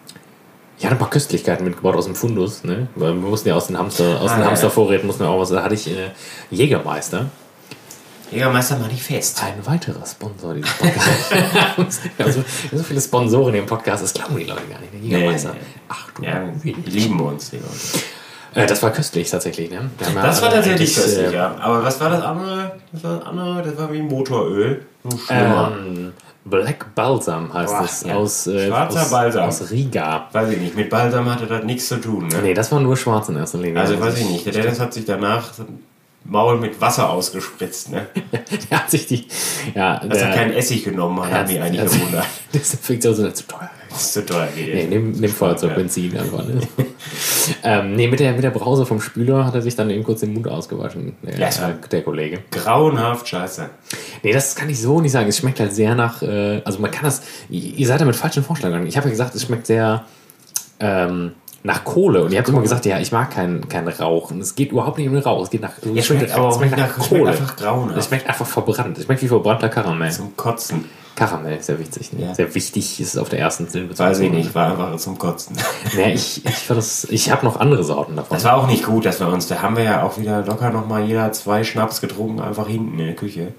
ich hatte ein paar Köstlichkeiten mitgebracht aus dem Fundus. Ne? Weil wir mussten ja aus den Hamster, aus Ah, den ja, Hamstervorräten mussten wir auch was. Da hatte ich äh, Jägermeister. Jägermeister Manifest. Ein weiterer Sponsor dieses Podcasts. also, so viele Sponsoren im Podcast, das glauben die Leute gar nicht. Der Jägermeister. Nee, nee. Ach du Ja, Wie. die lieben uns, die Leute. Äh, das war köstlich tatsächlich. Ne? Wir haben ja, Das war äh, tatsächlich eigentlich, köstlich, äh, ja. Aber was war das andere? Das war das andere, das war wie Motoröl. Nur schlimmer. Ähm, Black Balsam heißt Boah, es. ja. Aus, äh, Schwarzer aus, Balsam. aus Riga. Weiß ich nicht, mit Balsam hatte das nichts zu tun. Ne? Nee, das war nur schwarz in erster Linie. Also weiß ich nicht, der Dennis hat sich danach das Maul mit Wasser ausgespritzt. Ne? Der hat sich die. Ja, Dass er keinen Essig genommen hat, hat mich eigentlich gewundert. Desinfektion ist zu teuer. Das ist zu teuer. Nee, Nee, nimm, nimm Feuerzeug, Benzin einfach. Ne? ähm, nee, mit der, mit der Brause vom Spüler hat er sich dann eben kurz den Mund ausgewaschen, der, Ja, ja. äh, der Kollege. Grauenhaft scheiße. Nee, das kann ich so nicht sagen. Es schmeckt halt sehr nach, äh, also man kann das, ihr seid da mit falschen Vorschlägen gegangen. Ich habe ja gesagt, es schmeckt sehr ähm, nach Kohle. Und ihr habt immer gesagt, ja, ich mag keinen keinen Rauch. Und es geht überhaupt nicht um den Rauch. Es geht nach, Ja, schmeckt aber auch nicht nach- Kohle. schmeckt einfach grauenhaft. Es schmeckt einfach verbrannt. Es schmeckt wie verbrannter Karamell. Zum Kotzen. Karamell, sehr wichtig. Ne? Ja. Sehr wichtig ist es auf der ersten Silbe. Weiß ich nicht, war einfach zum Kotzen. Nee, ich, ich, fand das, ich habe noch andere Sorten davon. Das war auch nicht gut, dass wir uns, da haben wir ja auch wieder locker nochmal jeder zwei Schnaps getrunken, einfach hinten in der Küche.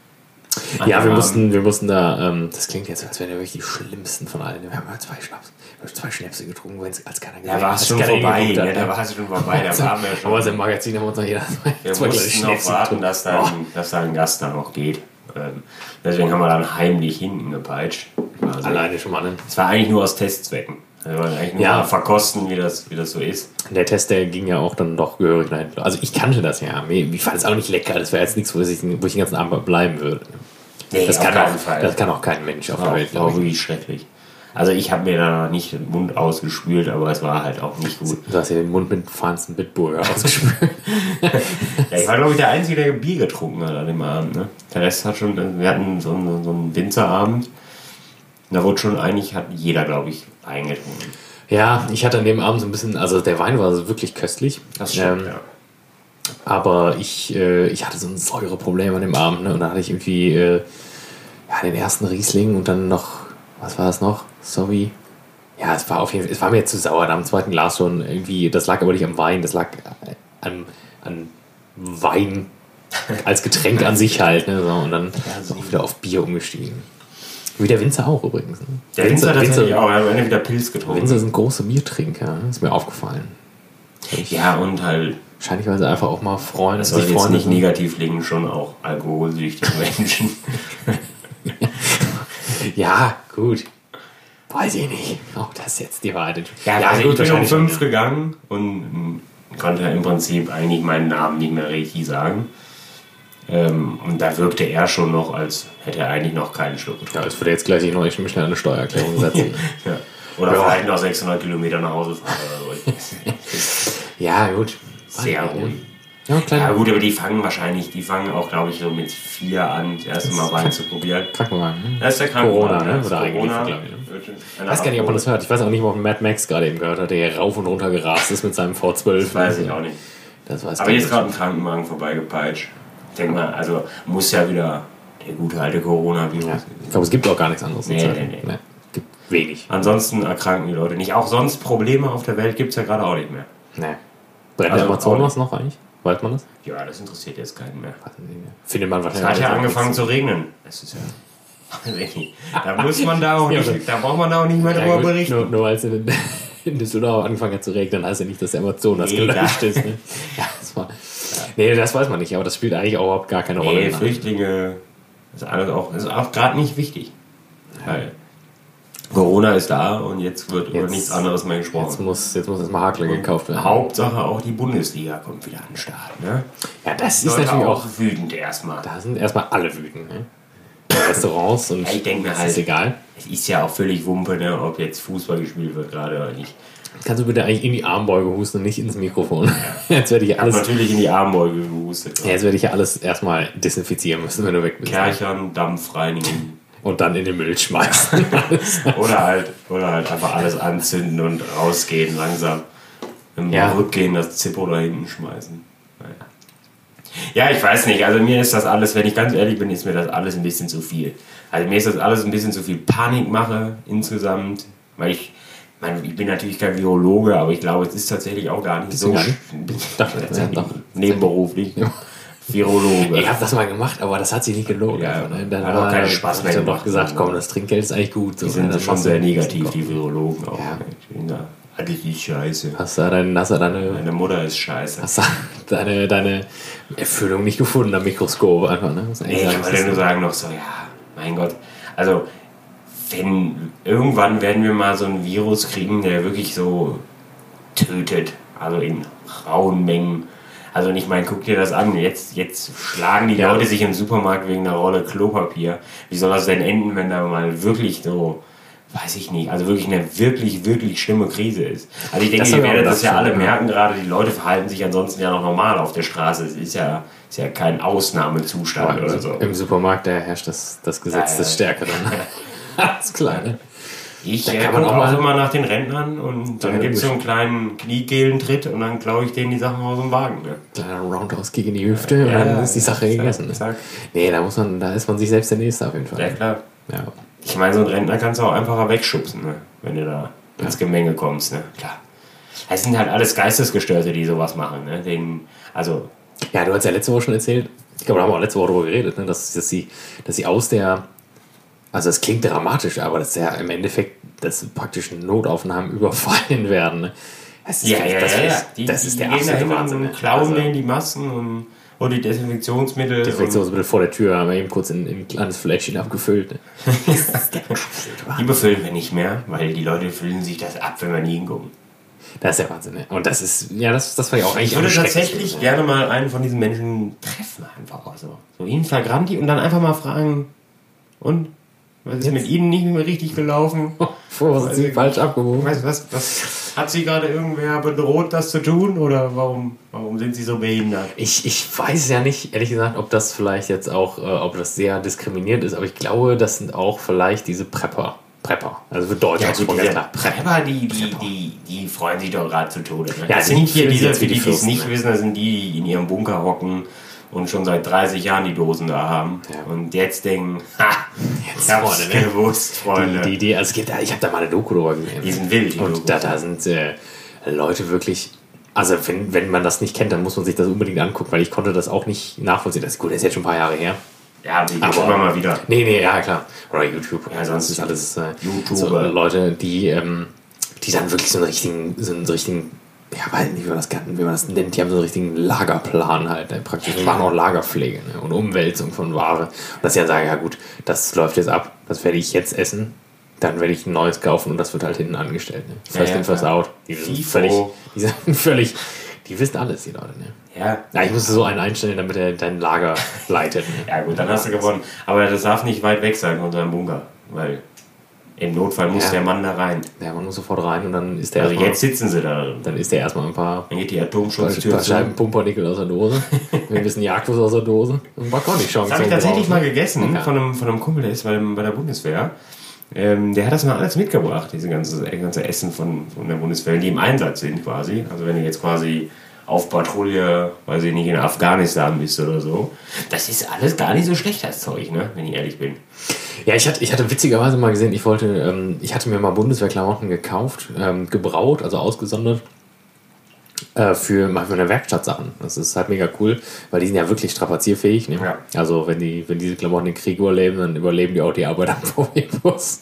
Ja, wir Abend. mussten, wir mussten da, ähm, das klingt jetzt, als wären wir wirklich die schlimmsten von allen. Wir haben mal zwei Schnaps, wir haben zwei Schnäpse getrunken, wenn es als keiner Da war es als schon keiner vorbei, geguckt hat, ne? da ne? war es schon vorbei, da waren wir schon. Aber im Magazin haben wir uns noch jeder zwei, Wir zwei kleine mussten noch Schnäpse warten, getrunken. dass da, ein, dass da ein Gast dann noch geht. Ähm, deswegen haben wir dann heimlich hinten gepeitscht. Also, Alleine schon mal, ne? es war eigentlich nur aus Testzwecken. Wir wollten eigentlich nur Ja. mal verkosten, wie das, wie das so ist. Der Test, der ging ja auch dann doch gehörig nach hinten. Also ich kannte das ja, mir- ich fand es auch nicht lecker, das wäre jetzt nichts, wo ich, wo ich den ganzen Abend bleiben würde. Nee, Das auf kann, keinen auch, Fall. das kann auch kein Mensch auf war der auch, Welt, war auch glaube ich. wirklich schrecklich. Also ich habe mir da nicht den Mund ausgespült, aber es war halt auch nicht gut. Du hast ja den Mund mit feinsten Bitburger ausgespült. Ja, ich war, glaube ich, der Einzige, der Bier getrunken hat an dem Abend. Ne? Der Rest hat schon, wir hatten so einen, so einen Winzerabend. Da wurde schon eigentlich, hat jeder, glaube ich, Wein getrunken. Ja, ich hatte an dem Abend so ein bisschen, also der Wein war so wirklich köstlich. Das stimmt, Ähm, ja. Aber ich, äh, ich hatte so ein Säureproblem an dem Abend. Ne? Und da hatte ich irgendwie äh, ja, den ersten Riesling und dann noch, was war es noch? Sorry. Ja, es war auf jeden Fall, es war mir zu sauer. Da am zweiten Glas schon irgendwie, das lag aber nicht am Wein, das lag an, an Wein als Getränk an sich halt. Ne? So, und dann so. auch wieder auf Bier umgestiegen. Wie der Winzer auch übrigens. Ne? Der Winzer, Winzer, Winzer, Winzer auch, er hat am Ende wieder Pilz getrunken. Winzer sind große Biertrinker, ist mir aufgefallen. Ja, und halt, Wahrscheinlich, weil sie einfach auch mal freuen, das soll sich jetzt freuen. nicht negativ klingen, schon auch alkoholsüchtige Menschen. Ja, gut. Weiß ich nicht, ob das jetzt die Wahrheit ist. Ja, also ich bin um wahrscheinlich fünf schon, gegangen und mm, konnte im Prinzip eigentlich meinen Namen nicht mehr richtig sagen. Ähm, und da wirkte er schon noch, als hätte er eigentlich noch keinen Schluck ja. getrunken. Ja, es würde jetzt gleich ich noch ich schnell eine Steuererklärung setzen. Ja. Oder Ja. vielleicht noch sechshundert Kilometer nach Hause fahren oder so. Ja, gut. Sehr Weiß ich ruhig. nicht. Ja, klein. Ja gut, aber die fangen wahrscheinlich, die fangen auch, glaube ich, so mit vier an, das erste Mal Wein zu probieren. Krankenwagen. Ne? Das ist der Corona, Krankenwagen, ne? das ist Oder eigentlich, Corona. glaube ich. Ne? Ich Ich weiß gar nicht, ob man das hört. Ich weiß auch nicht, ob Mad Max gerade eben gehört hat, der hier rauf und runter gerast ist mit seinem V zwölf. Das weiß ich auch nicht. Das weiß Aber ich jetzt nicht. gerade ein Krankenwagen vorbeigepeitscht. Ich denke mal, also muss ja wieder der gute alte Coronavirus. Ja. Ich glaube, es gibt auch gar nichts anderes. Nee, zurzeit. nee, nee. Gibt wenig. Ansonsten erkranken die Leute nicht. Auch sonst Probleme auf der Welt gibt es ja gerade auch nicht mehr. Nee. Brennt Also der Amazonas auch- noch eigentlich? Weiß man das? Ja, das interessiert jetzt keinen mehr. Weiß ich nicht mehr. Findet man Es wahrscheinlich. hat ja auch angefangen nichts. zu regnen. Das ist ja. Da muss man da auch Ja, nicht, da braucht man da auch nicht mehr Ja, drüber gut, berichten. nur, nur weil es in, in Düsseldorf angefangen hat zu regnen, heißt ja nicht, dass der Amazonas Nee, gelöscht da- ist. Ne? Ja, das war, nee, das weiß man nicht, aber das spielt eigentlich auch überhaupt gar keine Rolle. Nee, mehr. Flüchtlinge ist alles auch, ist auch gerade nicht wichtig. Weil Corona ist da und jetzt wird über Jetzt- nichts anderes mehr Jetzt gesprochen. muss, jetzt muss erstmal Hakle gekauft werden. Hauptsache auch die Bundesliga kommt wieder an den Start. Ne? Ja, das ist Leute natürlich auch. wütend erstmal. Da sind erstmal alle wütend. Ne? Restaurants und Ja, ich denk mir das halt- ist egal. es ist ja auch völlig Wumpe, ne, ob jetzt Fußball gespielt wird gerade oder nicht. Kannst du bitte eigentlich in die Armbeuge husten und nicht ins Mikrofon? Jetzt werde ich Ich habe alles, natürlich in die Armbeuge gehustet. ja, jetzt werde ich ja alles erstmal desinfizieren müssen, wenn du weg bist. Kerchern, Dampf reinigen. Und dann in den Müll schmeißen. oder, halt, oder halt einfach alles anzünden und rausgehen langsam. Im Ja. Rückgehen das Zippo da hinten schmeißen. Naja. Ja, ich weiß nicht. Also mir ist das alles, wenn ich ganz ehrlich bin, ist mir das alles ein bisschen zu viel. Also mir ist das alles ein bisschen zu viel Panikmache insgesamt. Weil ich, meine, ich bin natürlich kein Virologe, aber ich glaube, es ist tatsächlich auch gar nicht Bist so du gar nicht? sch- Dachte, ja, doch. nebenberuflich. Virologe. Ich habe das mal gemacht, aber das hat sich nicht gelohnt. Ja, einfach, ne? Dann hat auch war- keinen Spaß hab mehr ich dann doch gemacht. gesagt, komm, das Trinkgeld ist eigentlich gut. So, Die sind dann schon machst du sehr ein bisschen negativ, Kopf. die Virologen auch. Ja. Ich bin da, alles ist scheiße. Hast du deine, hast du deine, Meine Mutter ist scheiße. hast du deine, deine Erfüllung nicht gefunden am Mikroskop einfach, ne? Muss man Nee, eigentlich ich sagen, wollte nur sagen noch so, ja, mein Gott. Also, wenn irgendwann werden wir mal so ein Virus kriegen, der wirklich so tötet, also in rauen Mengen. Also ich meine, guck dir das an, jetzt, jetzt schlagen die Ja. Leute sich im Supermarkt wegen einer Rolle Klopapier. Wie soll das denn enden, wenn da mal wirklich so, weiß ich nicht, also wirklich eine wirklich, wirklich schlimme Krise ist. Also ich denke, Das ihr haben wir werdet auch das ja gedacht, alle ja. merken gerade, die Leute verhalten sich ansonsten ja noch normal auf der Straße. Es ist ja, ist ja kein Ausnahmezustand aber oder im, so. im Supermarkt, da herrscht das, das Gesetz Ja, des ja. Stärkeren. Alles klar, ne? Ich Da äh, kann man gucke auch auch mal- immer nach den Rentnern und dann Ja, gibt es so gut. einen kleinen Kniegelentritt und dann klaue ich denen die Sachen aus dem Wagen. Ne? Kleiner Roundhouse gegen die Hüfte und Ja, dann ja, ist die Sache zack, gegessen. Ne? zack. Nee, da muss man, da ist man sich selbst der Nächste auf jeden Fall. Ja klar. Ja. Ich meine, so einen Rentner kannst du auch einfacher wegschubsen, ne? Wenn du da ins Gemenge kommst. Ne? Klar. Es sind halt alles Geistesgestörte, die sowas machen. Ne? Den, also, Ja, du hast ja letzte Woche schon erzählt, ich glaube, da haben wir auch letzte Woche darüber geredet, ne, dass, dass, sie, dass sie aus der, also es klingt dramatisch, aber das ist ja im Endeffekt, dass praktisch Notaufnahmen überfallen werden. Ne? Das ist, ja, ja, das, ja, ja. ist- Die, das die ist der gehen da absolute hin Wahnsinn. und Ne? klauen Also, denen die Masken und, und die Desinfektionsmittel. Desinfektionsmittel vor der Tür, haben wir eben kurz in, in ein kleines Fläschchen abgefüllt. Ne? Das ist der absolute Und die Wahnsinn. befüllen wir nicht mehr, weil die Leute füllen sich das ab, wenn wir nie hingucken. Das ist der Wahnsinn. Ne? Und das ist, ja, das, das war ja auch eigentlich Ich würde am schrecklichsten, tatsächlich ne? gerne mal einen von diesen Menschen treffen, einfach auch so. So in flagranti und dann einfach mal fragen, und? Was ist Jetzt? mit Ihnen nicht mehr richtig gelaufen? Vor, sind sie falsch abgewogen? Was, was, was, hat Sie gerade irgendwer bedroht, das zu tun? Oder warum, warum sind Sie so behindert? Ich, ich weiß ja nicht, ehrlich gesagt, ob das vielleicht jetzt auch, äh, ob das sehr diskriminierend ist, aber ich glaube, das sind auch vielleicht diese Prepper. Prepper. Also für Deutsch Ja, auch gut, schon diese ganz klar. Prepper, die, die, die, die freuen sich doch gerade zu Tode. Ne? Ja, das die sind hier fühlen sich diese, jetzt wie für die die, die es Fürsten, nicht ne? wissen, das sind die, die in ihrem Bunker hocken und schon seit dreißig Jahren die Dosen da haben. Ja. Und jetzt denken, ha, Jetzt ich hab's Freunde, ne? gewusst, Freunde. Die, die, die, also es gibt, ich habe da mal eine Doku drüber gesehen. Die sind wild, die Dokus. Und da, da sind äh, Leute wirklich, also wenn, wenn man das nicht kennt, dann muss man sich das unbedingt angucken, weil ich konnte das auch nicht nachvollziehen. Das ist gut, das ist jetzt schon ein paar Jahre her. Ja, die Aber- gibt's immer mal wieder. Nee, nee, ja klar. Oder YouTube. Ja, Ja, sonst sonst ist alles äh, YouTuber. so Leute, die, ähm, die dann wirklich so einen richtigen, so einen richtigen, ja, weiß nicht, wie man das, kann- wie man das nennt, die haben so einen richtigen Lagerplan halt, ne, praktisch. Die machen auch Lagerpflege, ne, und Umwälzung von Ware. Und dass sie dann sagen, ja gut, das läuft jetzt ab, das werde ich jetzt essen, dann werde ich ein neues kaufen und das wird halt hinten angestellt. Ne. First ja, in, first klar. out. Die sind FIFO. völlig, die sind völlig, die wissen alles, die Leute, ne. Ja. Ja, ich musste so einen einstellen, damit er dein Lager leitet. Ne. Ja gut, dann hast du gewonnen. Aber das darf nicht weit weg sein von seinem Bunker, weil im Notfall muss Ja. der Mann da rein. Ja, man muss sofort rein und dann ist der Also erstmal, jetzt sitzen sie da. dann ist der erstmal ein paar, Dann geht die ein Atomschutztür paar zu. Scheiben Pumpernickel aus der Dose, ein bisschen Jagdwurst aus der Dose und ein paar Cornichons. Das habe ich tatsächlich mal gegessen Ja. von, einem, von einem Kumpel, der ist bei, dem, bei der Bundeswehr. Ähm, der hat das mal alles mitgebracht, diese ganze, ganze Essen von, von der Bundeswehr, die im Einsatz sind quasi. Also wenn du jetzt quasi auf Patrouille, weiß ich nicht, in Afghanistan bist oder so. Das ist alles gar nicht so schlecht, das Zeug, ne? Wenn ich ehrlich bin. Ja, ich hatte, ich hatte witzigerweise mal gesehen, ich wollte, ähm, ich hatte mir mal Bundeswehrklamotten gekauft, ähm, gebraut, also ausgesondert, äh, für, mal für eine Werkstattsachen. Das ist halt mega cool, weil die sind ja wirklich strapazierfähig. Ne? Ja. Also wenn die, wenn diese Klamotten den Krieg überleben, dann überleben die auch die Arbeit am V W-Bus.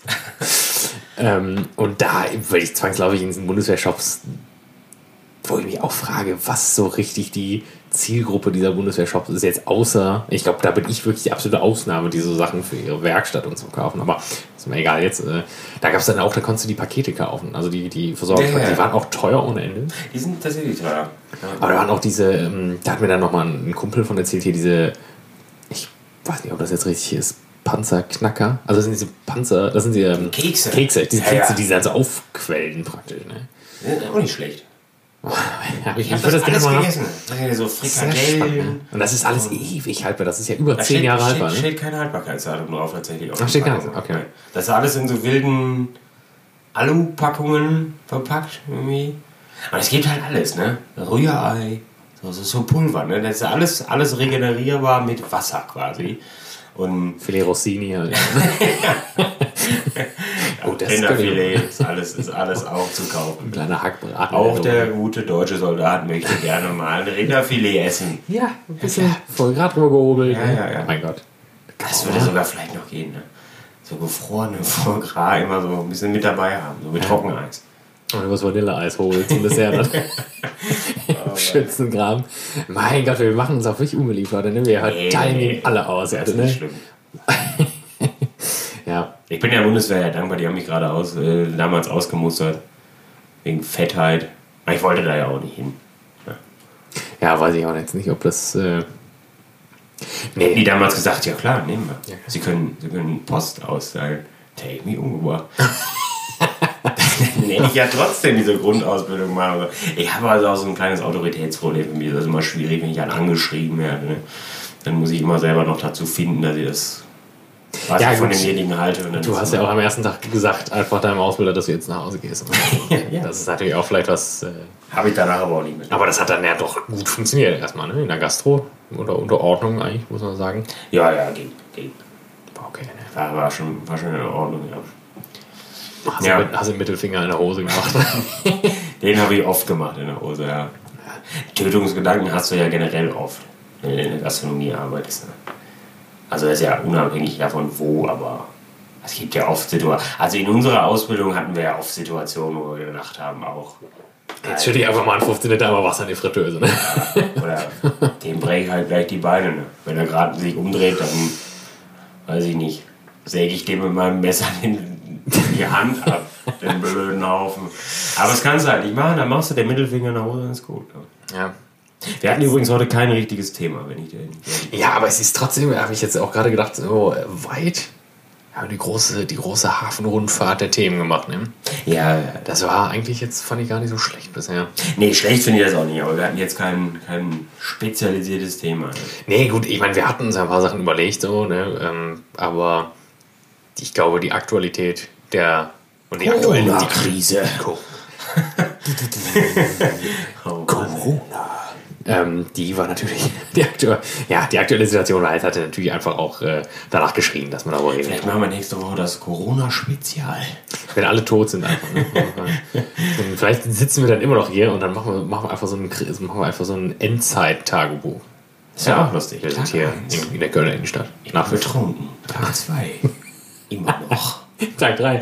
ähm, und da, weil ich zwangsläufig in diesen Bundeswehrshops, wo ich mich auch frage, was so richtig die Zielgruppe dieser Bundeswehrshops ist jetzt, außer, ich glaube, da bin ich wirklich die absolute Ausnahme, die so Sachen für ihre Werkstatt und so kaufen, aber ist mir egal jetzt. Äh, da gab es dann auch, da konntest du die Pakete kaufen, also die, die Versorgungspakete, Ja, ja. die waren auch teuer ohne Ende. Die sind tatsächlich teuer. Aber da waren auch diese, ähm, da hat mir dann nochmal ein Kumpel von erzählt, hier diese, ich weiß nicht, ob das jetzt richtig ist, Panzerknacker. Also das sind diese Panzer, das sind die ähm, Kekse. Kekse, diese Ja, Kekse, ja. die sie also aufquellen praktisch. Ne? Ja, auch nicht schlecht. Ja, Ich habe würde das alles gerne mal- gegessen. So Sehr spannend, Frikadellen. ne? Und das ist alles ewig haltbar. Das ist ja über Da zehn steht, Jahre steht, haltbar. Ne? steht keine Haltbarkeitsdatum drauf tatsächlich. auf Ach, der steht gar Packung. nicht, okay. Das ist alles in so wilden Alu-Packungen verpackt irgendwie. Aber es gibt halt alles, ne? Rührei, so, so, so Pulver, ne? Das ist alles, alles regenerierbar mit Wasser quasi. Und Filet Rossini halt. Oh, das ist Rinderfilet geil. ist alles, ist alles auch zu kaufen. Ein kleiner Hackbraten. Auch der gute deutsche Soldat möchte gerne mal ein Rinderfilet essen. Ja, ein bisschen voll gerade drüber gehobelt. Ja, ne? ja, ja. Oh mein Gott. Das würde sogar vielleicht noch gehen, ne? So gefrorene Foie Gras immer so ein bisschen mit dabei haben, so mit Trockeneis. Und du was Vanilleeis holst zum Dessert. Im schönsten Graben. Mein Gott, wir machen uns auch wirklich unbeliebt, Leute. Ne? Wir Nee, teilen nee, gegen alle aus. Das Also, ist nicht ne? schlimm. Ja. Ich bin der Bundeswehr ja dankbar, die haben mich gerade aus, äh, damals ausgemustert. Wegen Fettheit. Aber ich wollte da ja auch nicht hin. ja, weiß ich auch jetzt nicht, ob das. Äh Die nee, damals gesagt, ja klar, nehmen wir. Ja. Sie können, Sie können Post austeilen. Take me umgebracht. Dann hätte ich ja trotzdem diese Grundausbildung machen. Ich habe also auch so ein kleines Autoritätsproblem für mich. Das ist immer schwierig, wenn ich dann angeschrieben werde. Ne? Dann muss ich immer selber noch dazu finden, dass ich das, was Ja, ich von gut. demjenigen halte. Und dann du ist hast es ja auch am ersten Tag gesagt, einfach deinem Ausbilder, dass du jetzt nach Hause gehst. Ja. Das ist natürlich auch vielleicht was. Äh habe ich danach aber auch nicht mehr. aber das hat dann ja doch gut funktioniert erstmal, ne? In der Gastro. Unter Unterordnung eigentlich, muss man sagen. Ja, ja, ging. ging. War okay, ne? War, war, schon, war schon in Ordnung, ja. Hast, Ja. du, mit- hast du den Mittelfinger in der Hose gemacht? Den habe ich oft gemacht in der Hose, ja. Tötungsgedanken hast du ja generell oft, wenn du in der Gastronomie arbeitest. Ne? Also das ist ja unabhängig davon, wo, aber es gibt ja oft Situationen. Also in unserer Ausbildung hatten wir ja oft Situationen, wo wir gedacht haben, auch. Jetzt schütte ich einfach mal einen fünfzehn Liter aber Wasser in die Fritteuse. Ne? Oder dem breche ich halt gleich die Beine. Ne? Wenn er gerade sich umdreht, dann weiß ich nicht, säge ich dem mit meinem Messer den, die Hand ab, den blöden Haufen. Aber das kannst du halt nicht machen, dann machst du den Mittelfinger nach Hause, dann ist gut. Ne? Ja. Wir hatten übrigens heute kein richtiges Thema, wenn ich den. ja, aber es ist trotzdem, habe ich jetzt auch gerade gedacht, so äh, weit. Wir haben die große, die große Hafenrundfahrt der Themen gemacht. Ne? Ja, Das war eigentlich jetzt, fand ich gar nicht so schlecht bisher. nee, schlecht finde ich das auch nicht, aber wir hatten jetzt kein, kein spezialisiertes Thema. Ne? Nee, gut, ich meine, wir hatten uns ja ein paar Sachen überlegt, so, ne? ähm, aber ich glaube, die Aktualität der und die aktuelle die Krise. Co- Oh, Corona. Ähm, die war natürlich, die aktuelle, ja, die aktuelle Situation war, jetzt hatte natürlich einfach auch äh, danach geschrien, dass man darüber reden Vielleicht kann. machen wir nächste Woche das Corona-Spezial. Wenn alle tot sind einfach. Ne? Und vielleicht sitzen wir dann immer noch hier und dann machen wir, machen wir einfach so ein, machen wir einfach so ein Endzeit-Tagebuch. Ist ja auch lustig. Wir sind hier in, in der Kölner Innenstadt. Nach betrunken. Tag zwei. Immer noch. Tag drei.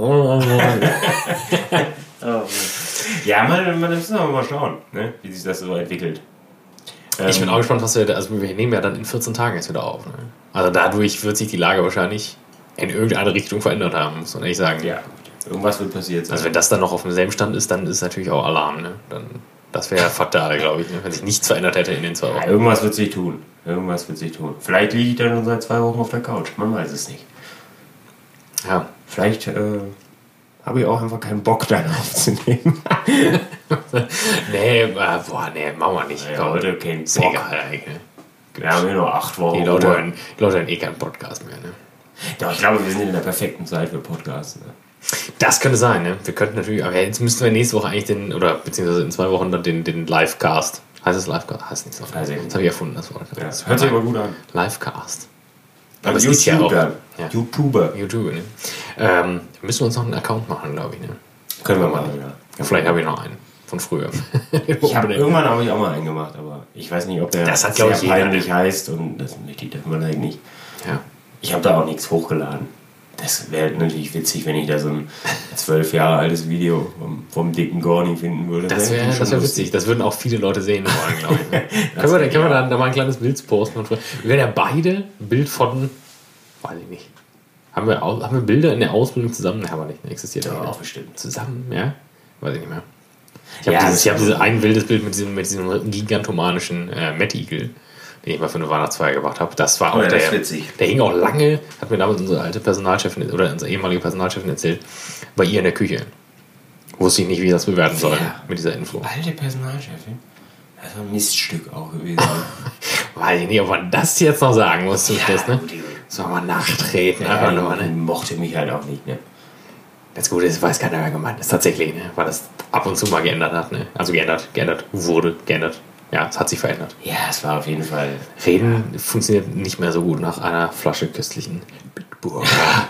Ja, man, man müssen wir mal schauen, ne? Wie sich das so entwickelt. Ich bin Ähm, auch gespannt, was wir, also wir nehmen ja dann in vierzehn Tagen jetzt wieder auf. Ne? Also dadurch wird sich die Lage wahrscheinlich in irgendeine Richtung verändert haben, muss man ehrlich sagen. Ja, irgendwas wird passiert sein. Also wenn das dann noch auf demselben Stand ist, dann ist natürlich auch Alarm. Ne? Dann, das wäre fatal, glaube ich, ne? Wenn sich nichts verändert hätte in den zwei ja, Wochen. irgendwas wird sich tun. Irgendwas wird sich tun. Vielleicht liege ich dann schon seit zwei Wochen auf der Couch. Man weiß es nicht. Ja. Vielleicht äh, habe ich auch einfach keinen Bock, dann aufzunehmen. nee, äh, boah, nee, machen wir nicht. Ja, Komm, heute kein ist Bock. egal eigentlich. Ne? Wir haben ja nur acht Wochen. Die Leute Ruhe. hören, die Leute hören eh keinen Podcast mehr. Ne? Doch, ich glaube, wir sind in der perfekten Zeit für Podcasts. Ne? Das könnte sein, ne? Wir könnten natürlich, aber jetzt müssten wir nächste Woche eigentlich den, oder beziehungsweise in zwei Wochen dann den, den Livecast. Heißt es Livecast? Heißt nicht so. Weiß ich nicht. Das habe ich erfunden, das Wort. Ja, Das hört sich aber gut an. Livecast. Aber es ist ja auch- YouTuber. ja. YouTuber. YouTube, ne? Ähm, müssen wir uns noch einen Account machen, glaube ich, ne? Können wir mal, ja. Ja, vielleicht habe ich noch einen von früher. Ich hab, irgendwann habe ich auch mal einen gemacht, aber ich weiß nicht, ob der Das hat, glaub ich, sehr jeder. peinlich heißt und das möchte ich vielleicht nicht. Ja. Ich habe da auch nichts hochgeladen. Das wäre natürlich witzig, wenn ich da so ein zwölf Jahre altes Video vom, vom dicken Gorni finden würde. Das wäre schon das wär lustig. witzig. Das würden auch viele Leute sehen wollen, glaube ich. Ne? können wir, da, können wir da, da mal ein kleines Bild posten? Und wir werden ja beide ein Bild von, weiß ich nicht. Haben wir, au- haben wir Bilder in der Ausbildung zusammen? Ne, haben wir nicht. Ne, existiert Ja, nicht. auch bestimmt. Zusammen, ja? Weiß ich nicht mehr. Ich habe Ja, dieses, das ich hab ist dieses ein wildes Bild mit diesem, mit diesem gigantomanischen äh, Mad Eagle den ich mal für eine Weihnachtsfeier gebracht habe. Das war auch Oh ja, das der, ist witzig. der hing auch lange, hat mir damals unsere alte Personalchefin oder unsere ehemalige Personalchefin erzählt, bei ihr in der Küche. Wusste ich nicht, wie ich das bewerten soll Ja. mit dieser Info. Alte Personalchefin? Das war ein Miststück auch gewesen. Weiß ich nicht, ob man das jetzt noch sagen muss zum Schluss, ne? gut, die- Soll man nachtreten, ja, einfach nur, die ne? mochte mich halt auch nicht, ne? Das Gute ist, weiß keiner, wer gemeint ist, tatsächlich, ne? Weil das ab und zu mal geändert hat, ne? Also geändert, geändert, wurde, geändert. Ja, es hat sich verändert. Ja, es war auf jeden Fall. Reden funktioniert nicht mehr so gut nach einer Flasche köstlichen Bitburger.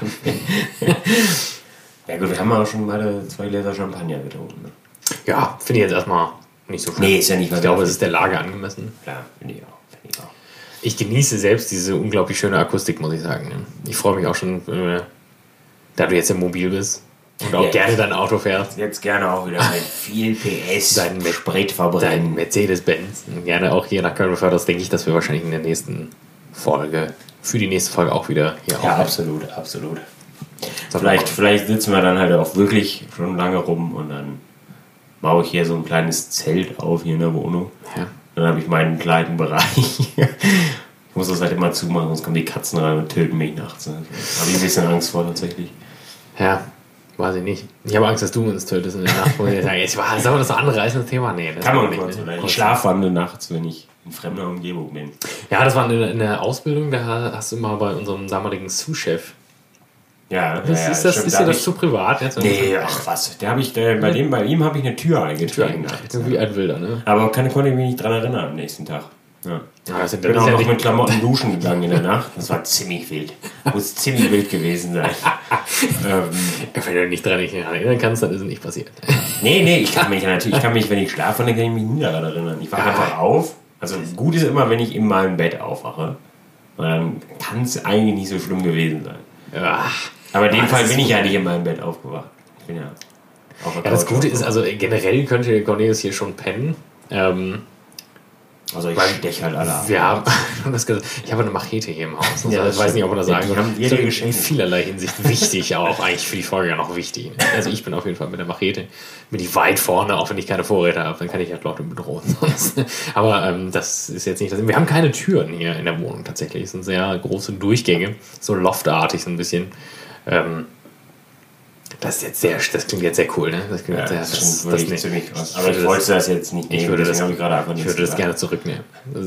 Ja gut, wir haben auch schon beide zwei Gläser Champagner getrunken, ne? Ja, finde ich jetzt erstmal nicht so schlimm. Nee, ist ja nicht Ich glaube, es ist der Lage angemessen. Klar, finde ich auch. Finde ich auch. Ich genieße selbst diese unglaublich schöne Akustik, muss ich sagen. ne? Ich freue mich auch schon, äh, da du jetzt ja mobil bist und auch Ja. gerne dein Auto fährst. Jetzt gerne auch wieder mit viel P S, Dein Met- Sprit Dein verbrennen. Mercedes-Benz und gerne auch hier nach Köln beförderst, denke ich, dass wir wahrscheinlich in der nächsten Folge, für die nächste Folge auch wieder hier Ja, aufnehmen. absolut, absolut. So, Vielleicht, vielleicht sitzen wir dann halt auch wirklich schon lange rum und dann baue ich hier so ein kleines Zelt auf hier in der Wohnung. Ja. Dann habe ich meinen kleinen Bereich. Ich muss das halt immer zumachen, sonst kommen die Katzen rein und töten mich nachts. Da habe ich ein bisschen Angst vor tatsächlich. ja, weiß ich nicht. Ich habe Angst, dass du uns tötest in der Nacht, wo wir sagen, jetzt war, soll man das so anreißen, das Thema? Nee, das Kann man nicht. kurz, ne? oder? Ich Kurz. schlafwandle nachts, wenn ich in fremder Umgebung bin. Ja, das war in der, in der Ausbildung, da hast du mal bei unserem damaligen Sous-Chef. Ja, Das, ja, ja, ist das, stimmt, ist da dir hab das ich- zu privat? Jetzt? Nee, ach was. Der hab ich, der, bei, dem, bei ihm habe ich eine Tür eingetragen. nachts. Irgendwie ein Wilder, ne? Aber kann, konnte ich mich nicht dran erinnern am nächsten Tag. Ja. Ja, das, Ich bin das auch ist ja noch nicht, mit Klamotten duschen gegangen in der Nacht. Das war ziemlich wild. Muss ziemlich wild gewesen sein. ähm, wenn du dich daran nicht erinnern kannst, dann ist es nicht passiert. nee, nee, ich kann mich natürlich, ich kann mich, wenn ich schlafe, dann kann ich mich nie daran erinnern. Ich wache Ja. einfach auf. Also gut ist immer, wenn ich in meinem Bett aufwache. Und dann kann es eigentlich nicht so schlimm gewesen sein. Ja. Aber in dem Ah, das Fall ist bin ich so- ja nicht in meinem Bett aufgewacht. Ich bin ja auf der Ja, das Couch Gute ist, aufgewacht. also generell könnte Cornelius hier schon pennen. Ähm, Also ich weil- steche halt alle ab. wir haben, das gesagt, ich habe eine Machete hier im Haus. Also Ja, ich das weiß nicht, ob man das sagen die soll. haben wir Ich dir glaube, geschenkt. In vielerlei Hinsicht wichtig, aber auch eigentlich für die Folge ja noch wichtig. Also ich bin auf jeden Fall mit der Machete, bin ich weit vorne, auch wenn ich keine Vorräte habe, dann kann ich halt Leute bedrohen. Sonst. Aber ähm, das ist jetzt nicht das. Wir haben keine Türen hier in der Wohnung tatsächlich. Es sind sehr große Durchgänge, so loftartig so ein bisschen. Ähm, das ist jetzt sehr, das klingt jetzt sehr cool, ne? Das klingt Ja, jetzt sehr, das das, ist wirklich nee. ziemlich krass. Ich Aber ich würde wollte das- das jetzt nicht nehmen, Ich würde das, deswegen habe ich gerade einfach ich nichts würde das gesagt. gerne zurücknehmen. Das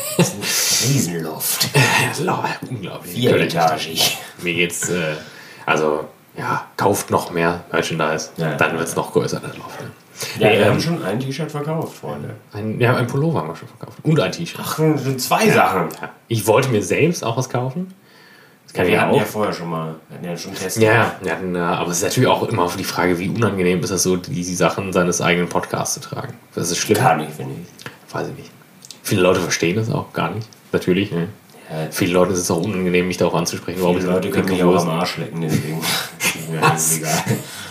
ist Riesenloft. das ist lau- unglaublich. Vieretagig. Mir geht's, äh, also, ja, kauft noch mehr Merchandise. Ja, dann ja, wird es noch größer, das Loft. Ne? Ja, Nee, wir ähm, haben schon ein T-Shirt verkauft, Freunde. ein, wir haben ein Pullover haben wir schon verkauft. Und ein T-Shirt. Ach, schon zwei Sachen. Ja. Ich wollte mir selbst auch was kaufen. Das kann Ja, ich wir ja hatten auch. ja vorher schon mal, wir hatten ja schon Tests. Ja, wir hatten, äh, aber es ist natürlich auch immer die Frage, wie unangenehm ist es so, die, die Sachen seines eigenen Podcasts zu tragen. Das ist schlimm. Gar nicht, finde ich. Weiß ich nicht. Viele Leute verstehen das auch gar nicht. Natürlich. Ne? Ja, Viele Leute ist es auch unangenehm, mich darauf anzusprechen. warum viele ich Leute können mich auch am Arsch lecken, deswegen ist mir das egal.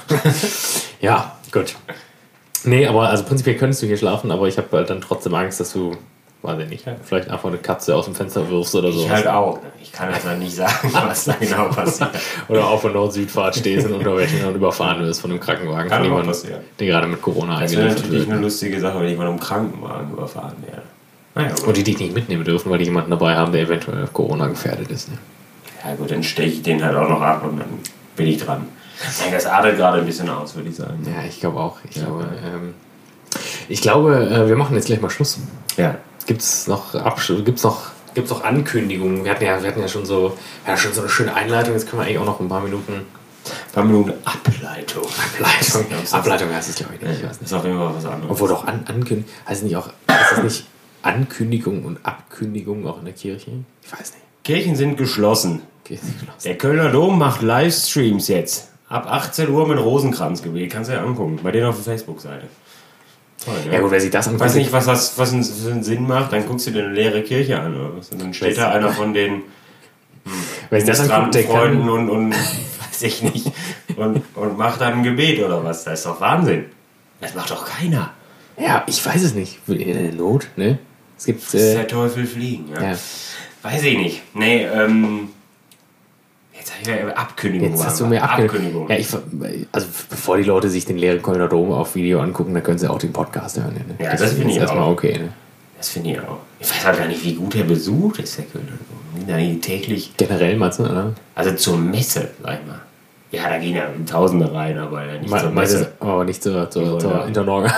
Ja, gut. Nee, aber also prinzipiell könntest du hier schlafen, aber ich habe halt dann trotzdem Angst, dass du, weiß ich nicht, vielleicht einfach eine Katze aus dem Fenster wirfst oder so. Ich halt auch. ne? Ich kann jetzt halt nicht sagen, was da genau passiert. Oder auf der Nord-Süd-Fahrt stehst in Unterwäsche und überfahren wirst von einem Krankenwagen, Kann von auch jemandem, passieren. der gerade mit Corona Das wäre eingeliefert natürlich wird. eine lustige Sache, wenn ich von einem Krankenwagen überfahren werde. Naja, gut. Und die dich nicht mitnehmen dürfen, weil die jemanden dabei haben, der eventuell Corona gefährdet ist. Ne? Ja gut, dann steche ich den halt auch noch ab und dann bin ich dran. Ich denke, das adelt gerade ein bisschen aus, würde ich sagen. Ja, ich glaube auch. Ich Ja. glaube, ähm, ich glaube äh, wir machen jetzt gleich mal Schluss. Ja. Gibt's noch Abschluss, gibt's noch, gibt's noch Ankündigungen? Wir hatten ja, wir hatten ja schon so, ja, schon so eine schöne Einleitung. Jetzt können wir eigentlich auch noch ein paar Minuten Ein paar Minuten Ableitung. Ableitung. Ableitung heißt es, glaube ich, nicht. Ich weiß Das nicht. ist auf jeden Fall was anderes. Obwohl doch an, Ankündigung, heißt es nicht auch, heißt das nicht Ankündigung und Abkündigung auch in der Kirche? Ich weiß nicht. Kirchen sind geschlossen. Okay, Der Kölner Dom macht Livestreams jetzt. Ab achtzehn Uhr mit Rosenkranzgebet. Kannst du ja angucken. Bei denen auf der Facebook-Seite. Toll, ne? ja gut, wer sich das Ich anguckt. weiß nicht, was das was einen, für einen Sinn macht. Dann guckst du dir eine leere Kirche an. Oder was? Und dann steht da einer von den wer sich das anguckt, der Freunden kann, und, und weiß ich nicht. Und, und macht dann ein Gebet oder was. Das ist doch Wahnsinn. Das macht doch keiner. ja, ich weiß es nicht. In der Not, ne? Es gibt, Das ist äh, der Teufel fliegen. Ja. ja. Weiß ich nicht. Nee, ähm. Jetzt habe ich ja Abkündigung. Jetzt hast du war- mir Abkündigung. Abkündigung. Ja, ich, also bevor die Leute sich den leeren Kölner Dom auf Video angucken, dann können sie auch den Podcast hören. Ne? Ja, das finde ich ist erstmal auch. okay. Ne? Das finde ich auch. Ich weiß auch gar nicht, wie gut der besucht ist, der Kölner Dom. Da gehen täglich. Generell meinst du, oder? Also zur Messe, sag ich mal. Ja, da gehen ja Tausende rein, aber ja nicht Me zur Messe. Aber nicht zur, zur, zur Ja. Internorga.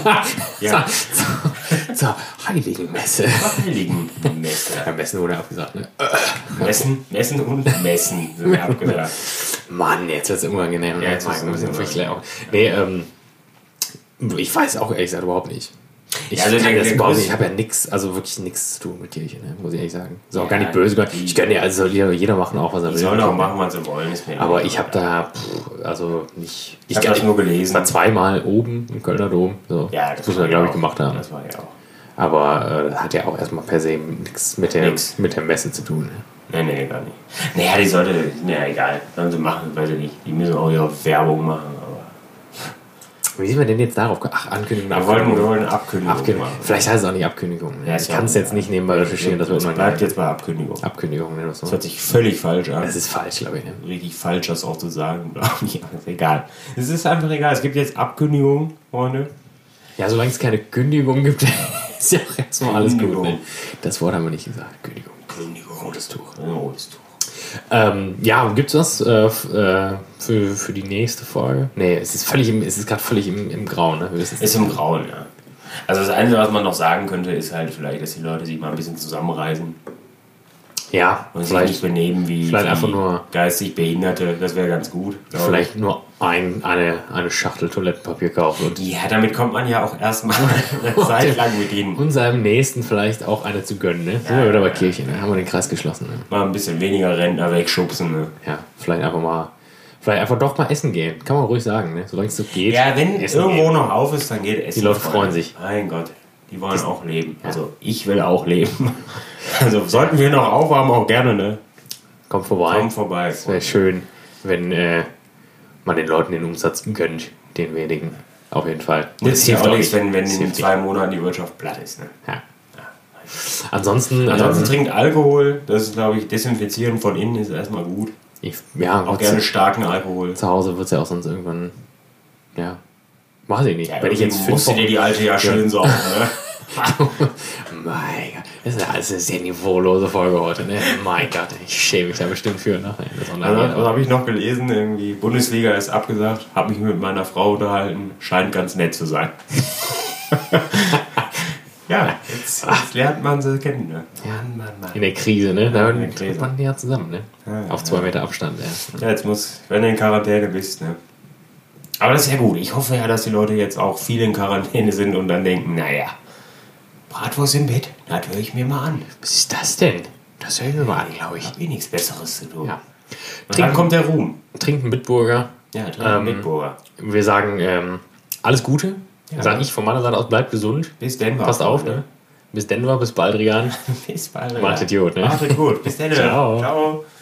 Ja. zur, zur Heiligen Messe. Heiligen Messe. Ja, Messen wurde abgesagt, ne? Messen, Messen und Messen sind wir abgesagt. Mann, jetzt wird es unangenehm. Ja, jetzt Mann, wird's wir sind unangenehm. wirklich gleich auch. Nee, ähm, ich weiß auch ehrlich gesagt überhaupt nicht. Ich, Ja, also kann der- das der überhaupt nicht. größte- Ich habe ja nichts, also wirklich nichts zu tun mit Kirche, ne? Muss ich ehrlich sagen. Ist auch Ja, gar nicht böse. die- Ich gönne ja, also jeder, jeder machen auch, was er Die will. sollen auch machen, was sie wollen. Ist mir Aber egal. ich habe da, pff, also nicht. Ich habe das nur gelesen. war zweimal oben im Kölner Dom. So. Ja, das muss man, glaube ich, gemacht haben. Das war ja auch. Aber äh, hat ja auch erstmal per se nichts mit der, Nix. mit der Messe zu tun. Ne? Nee, nee, gar nicht. Naja, die sollte, naja, egal. Sollen sie machen, weiß ich nicht. Die müssen auch ihre Werbung machen. Aber Wie sind wir denn jetzt darauf? Ach, Ankündigung. wir wollten, wir wollten eine Ankündigung Abkündigung. machen. Vielleicht heißt es auch nicht Ankündigung. Ne? Ja, ich ist ja kann es auch jetzt egal. nicht nebenbei recherchieren, das wird Das man bleibt jetzt bei Abkündigung. Abkündigung. Ne? Das So. hört sich völlig falsch an. Das ist falsch, glaube ich. Ne? Richtig falsch, das auch zu sagen, glaube ich. Ja, ist egal. Es ist einfach egal. Es gibt jetzt Abkündigung, Freunde. Ja, solange es keine Kündigung gibt, ist ja auch erstmal alles gut. Kündigung. Ne? Das Wort haben wir nicht gesagt. Kündigung. Kündigung. Rotes Tuch. Ein rotes Tuch. Ähm, ja, gibt es was äh, f- äh, für, für die nächste Folge? Nee, es ist völlig im, es ist gerade völlig im, im Grauen. Ne? Wir wissen es Ist nicht. im Grauen, ja. Also das Einzige, was man noch sagen könnte, ist halt vielleicht, dass die Leute sich mal ein bisschen zusammenreißen Ja, und sich nicht vielleicht, benehmen wie, vielleicht wie einfach nur- geistig Behinderte. Das wäre ganz gut. glaube ich. vielleicht nur ein, eine, eine Schachtel Toilettenpapier kaufen und Ja, damit kommt man ja auch erstmal eine Zeit lang mit ihnen. und seinem Nächsten vielleicht auch eine zu gönnen. Ne? Sind wir wieder bei Kirche, ne? Haben wir den Kreis geschlossen. Ne? Mal ein bisschen weniger Rentner wegschubsen. Ne? Ja, vielleicht einfach mal, vielleicht einfach doch mal essen gehen. Kann man ruhig sagen, ne? Solange es so geht. Ja, wenn essen irgendwo gehen. noch auf ist, dann geht Essen. Die Leute Freunde. freuen sich. Mein Gott, die wollen auch leben. Also ich will auch leben. Also sollten wir noch aufhaben, auch gerne, ne? Kommt vorbei. Komm vorbei. Es wäre schön, wenn äh, man den Leuten den Umsatz gönnt, den wenigen. Auf jeden Fall. Und Das ist ja auch auch nichts, wenn, wenn Das in hilft zwei Monaten die Wirtschaft platt ist. Ne? nicht. Ja. Ansonsten, Ansonsten ähm, trinkt Alkohol. Das ist, glaube ich, Desinfizieren von innen ist erstmal gut. ich, ja, Auch gerne starken Alkohol. zu Hause wird es ja auch sonst irgendwann, ja, weiß ich nicht. Ja, Wenn ich jetzt fünf musste dir die alte ja schön saugen. Ne? Mein Gott, das ist eine sehr niveaulose Folge heute, ne? Mein Gott, ich schäme mich da bestimmt für, ne? Das online Also, geht, was aber- habe ich noch gelesen? Irgendwie Bundesliga ist abgesagt. Habe mich mit meiner Frau unterhalten. Scheint ganz nett zu sein. Ja, jetzt, jetzt lernt man sie kennen. Ne? Ja. Mann, Mann, Mann. In der Krise, ne? Da in der Krise. tritt man ja zusammen, ne? Ja, Auf ja. zwei Meter Abstand, ja. Ja, jetzt muss, wenn du in Quarantäne bist. Ne? Aber das ist ja gut. Ich hoffe ja, dass die Leute jetzt auch viel in Quarantäne sind und dann denken, naja, Bratwurst im Bett, das höre ich mir mal an. Was ist das denn? Das höre ich mir mal an, glaube ich. Ich habe eh nichts Besseres zu tun. Ja. Und dann kommt der Ruhm. Trinken Bitburger. Ja, trinken Ähm, Bitburger. Wir sagen ähm, alles Gute. Ja. Sag ich von meiner Seite aus, bleibt gesund. Bis Denver. Passt auf, ne? Bis Denver, bis bald, Rian. Bis bald. Macht Idiot, ne? Macht gut. Bis dann. Ciao. Ciao.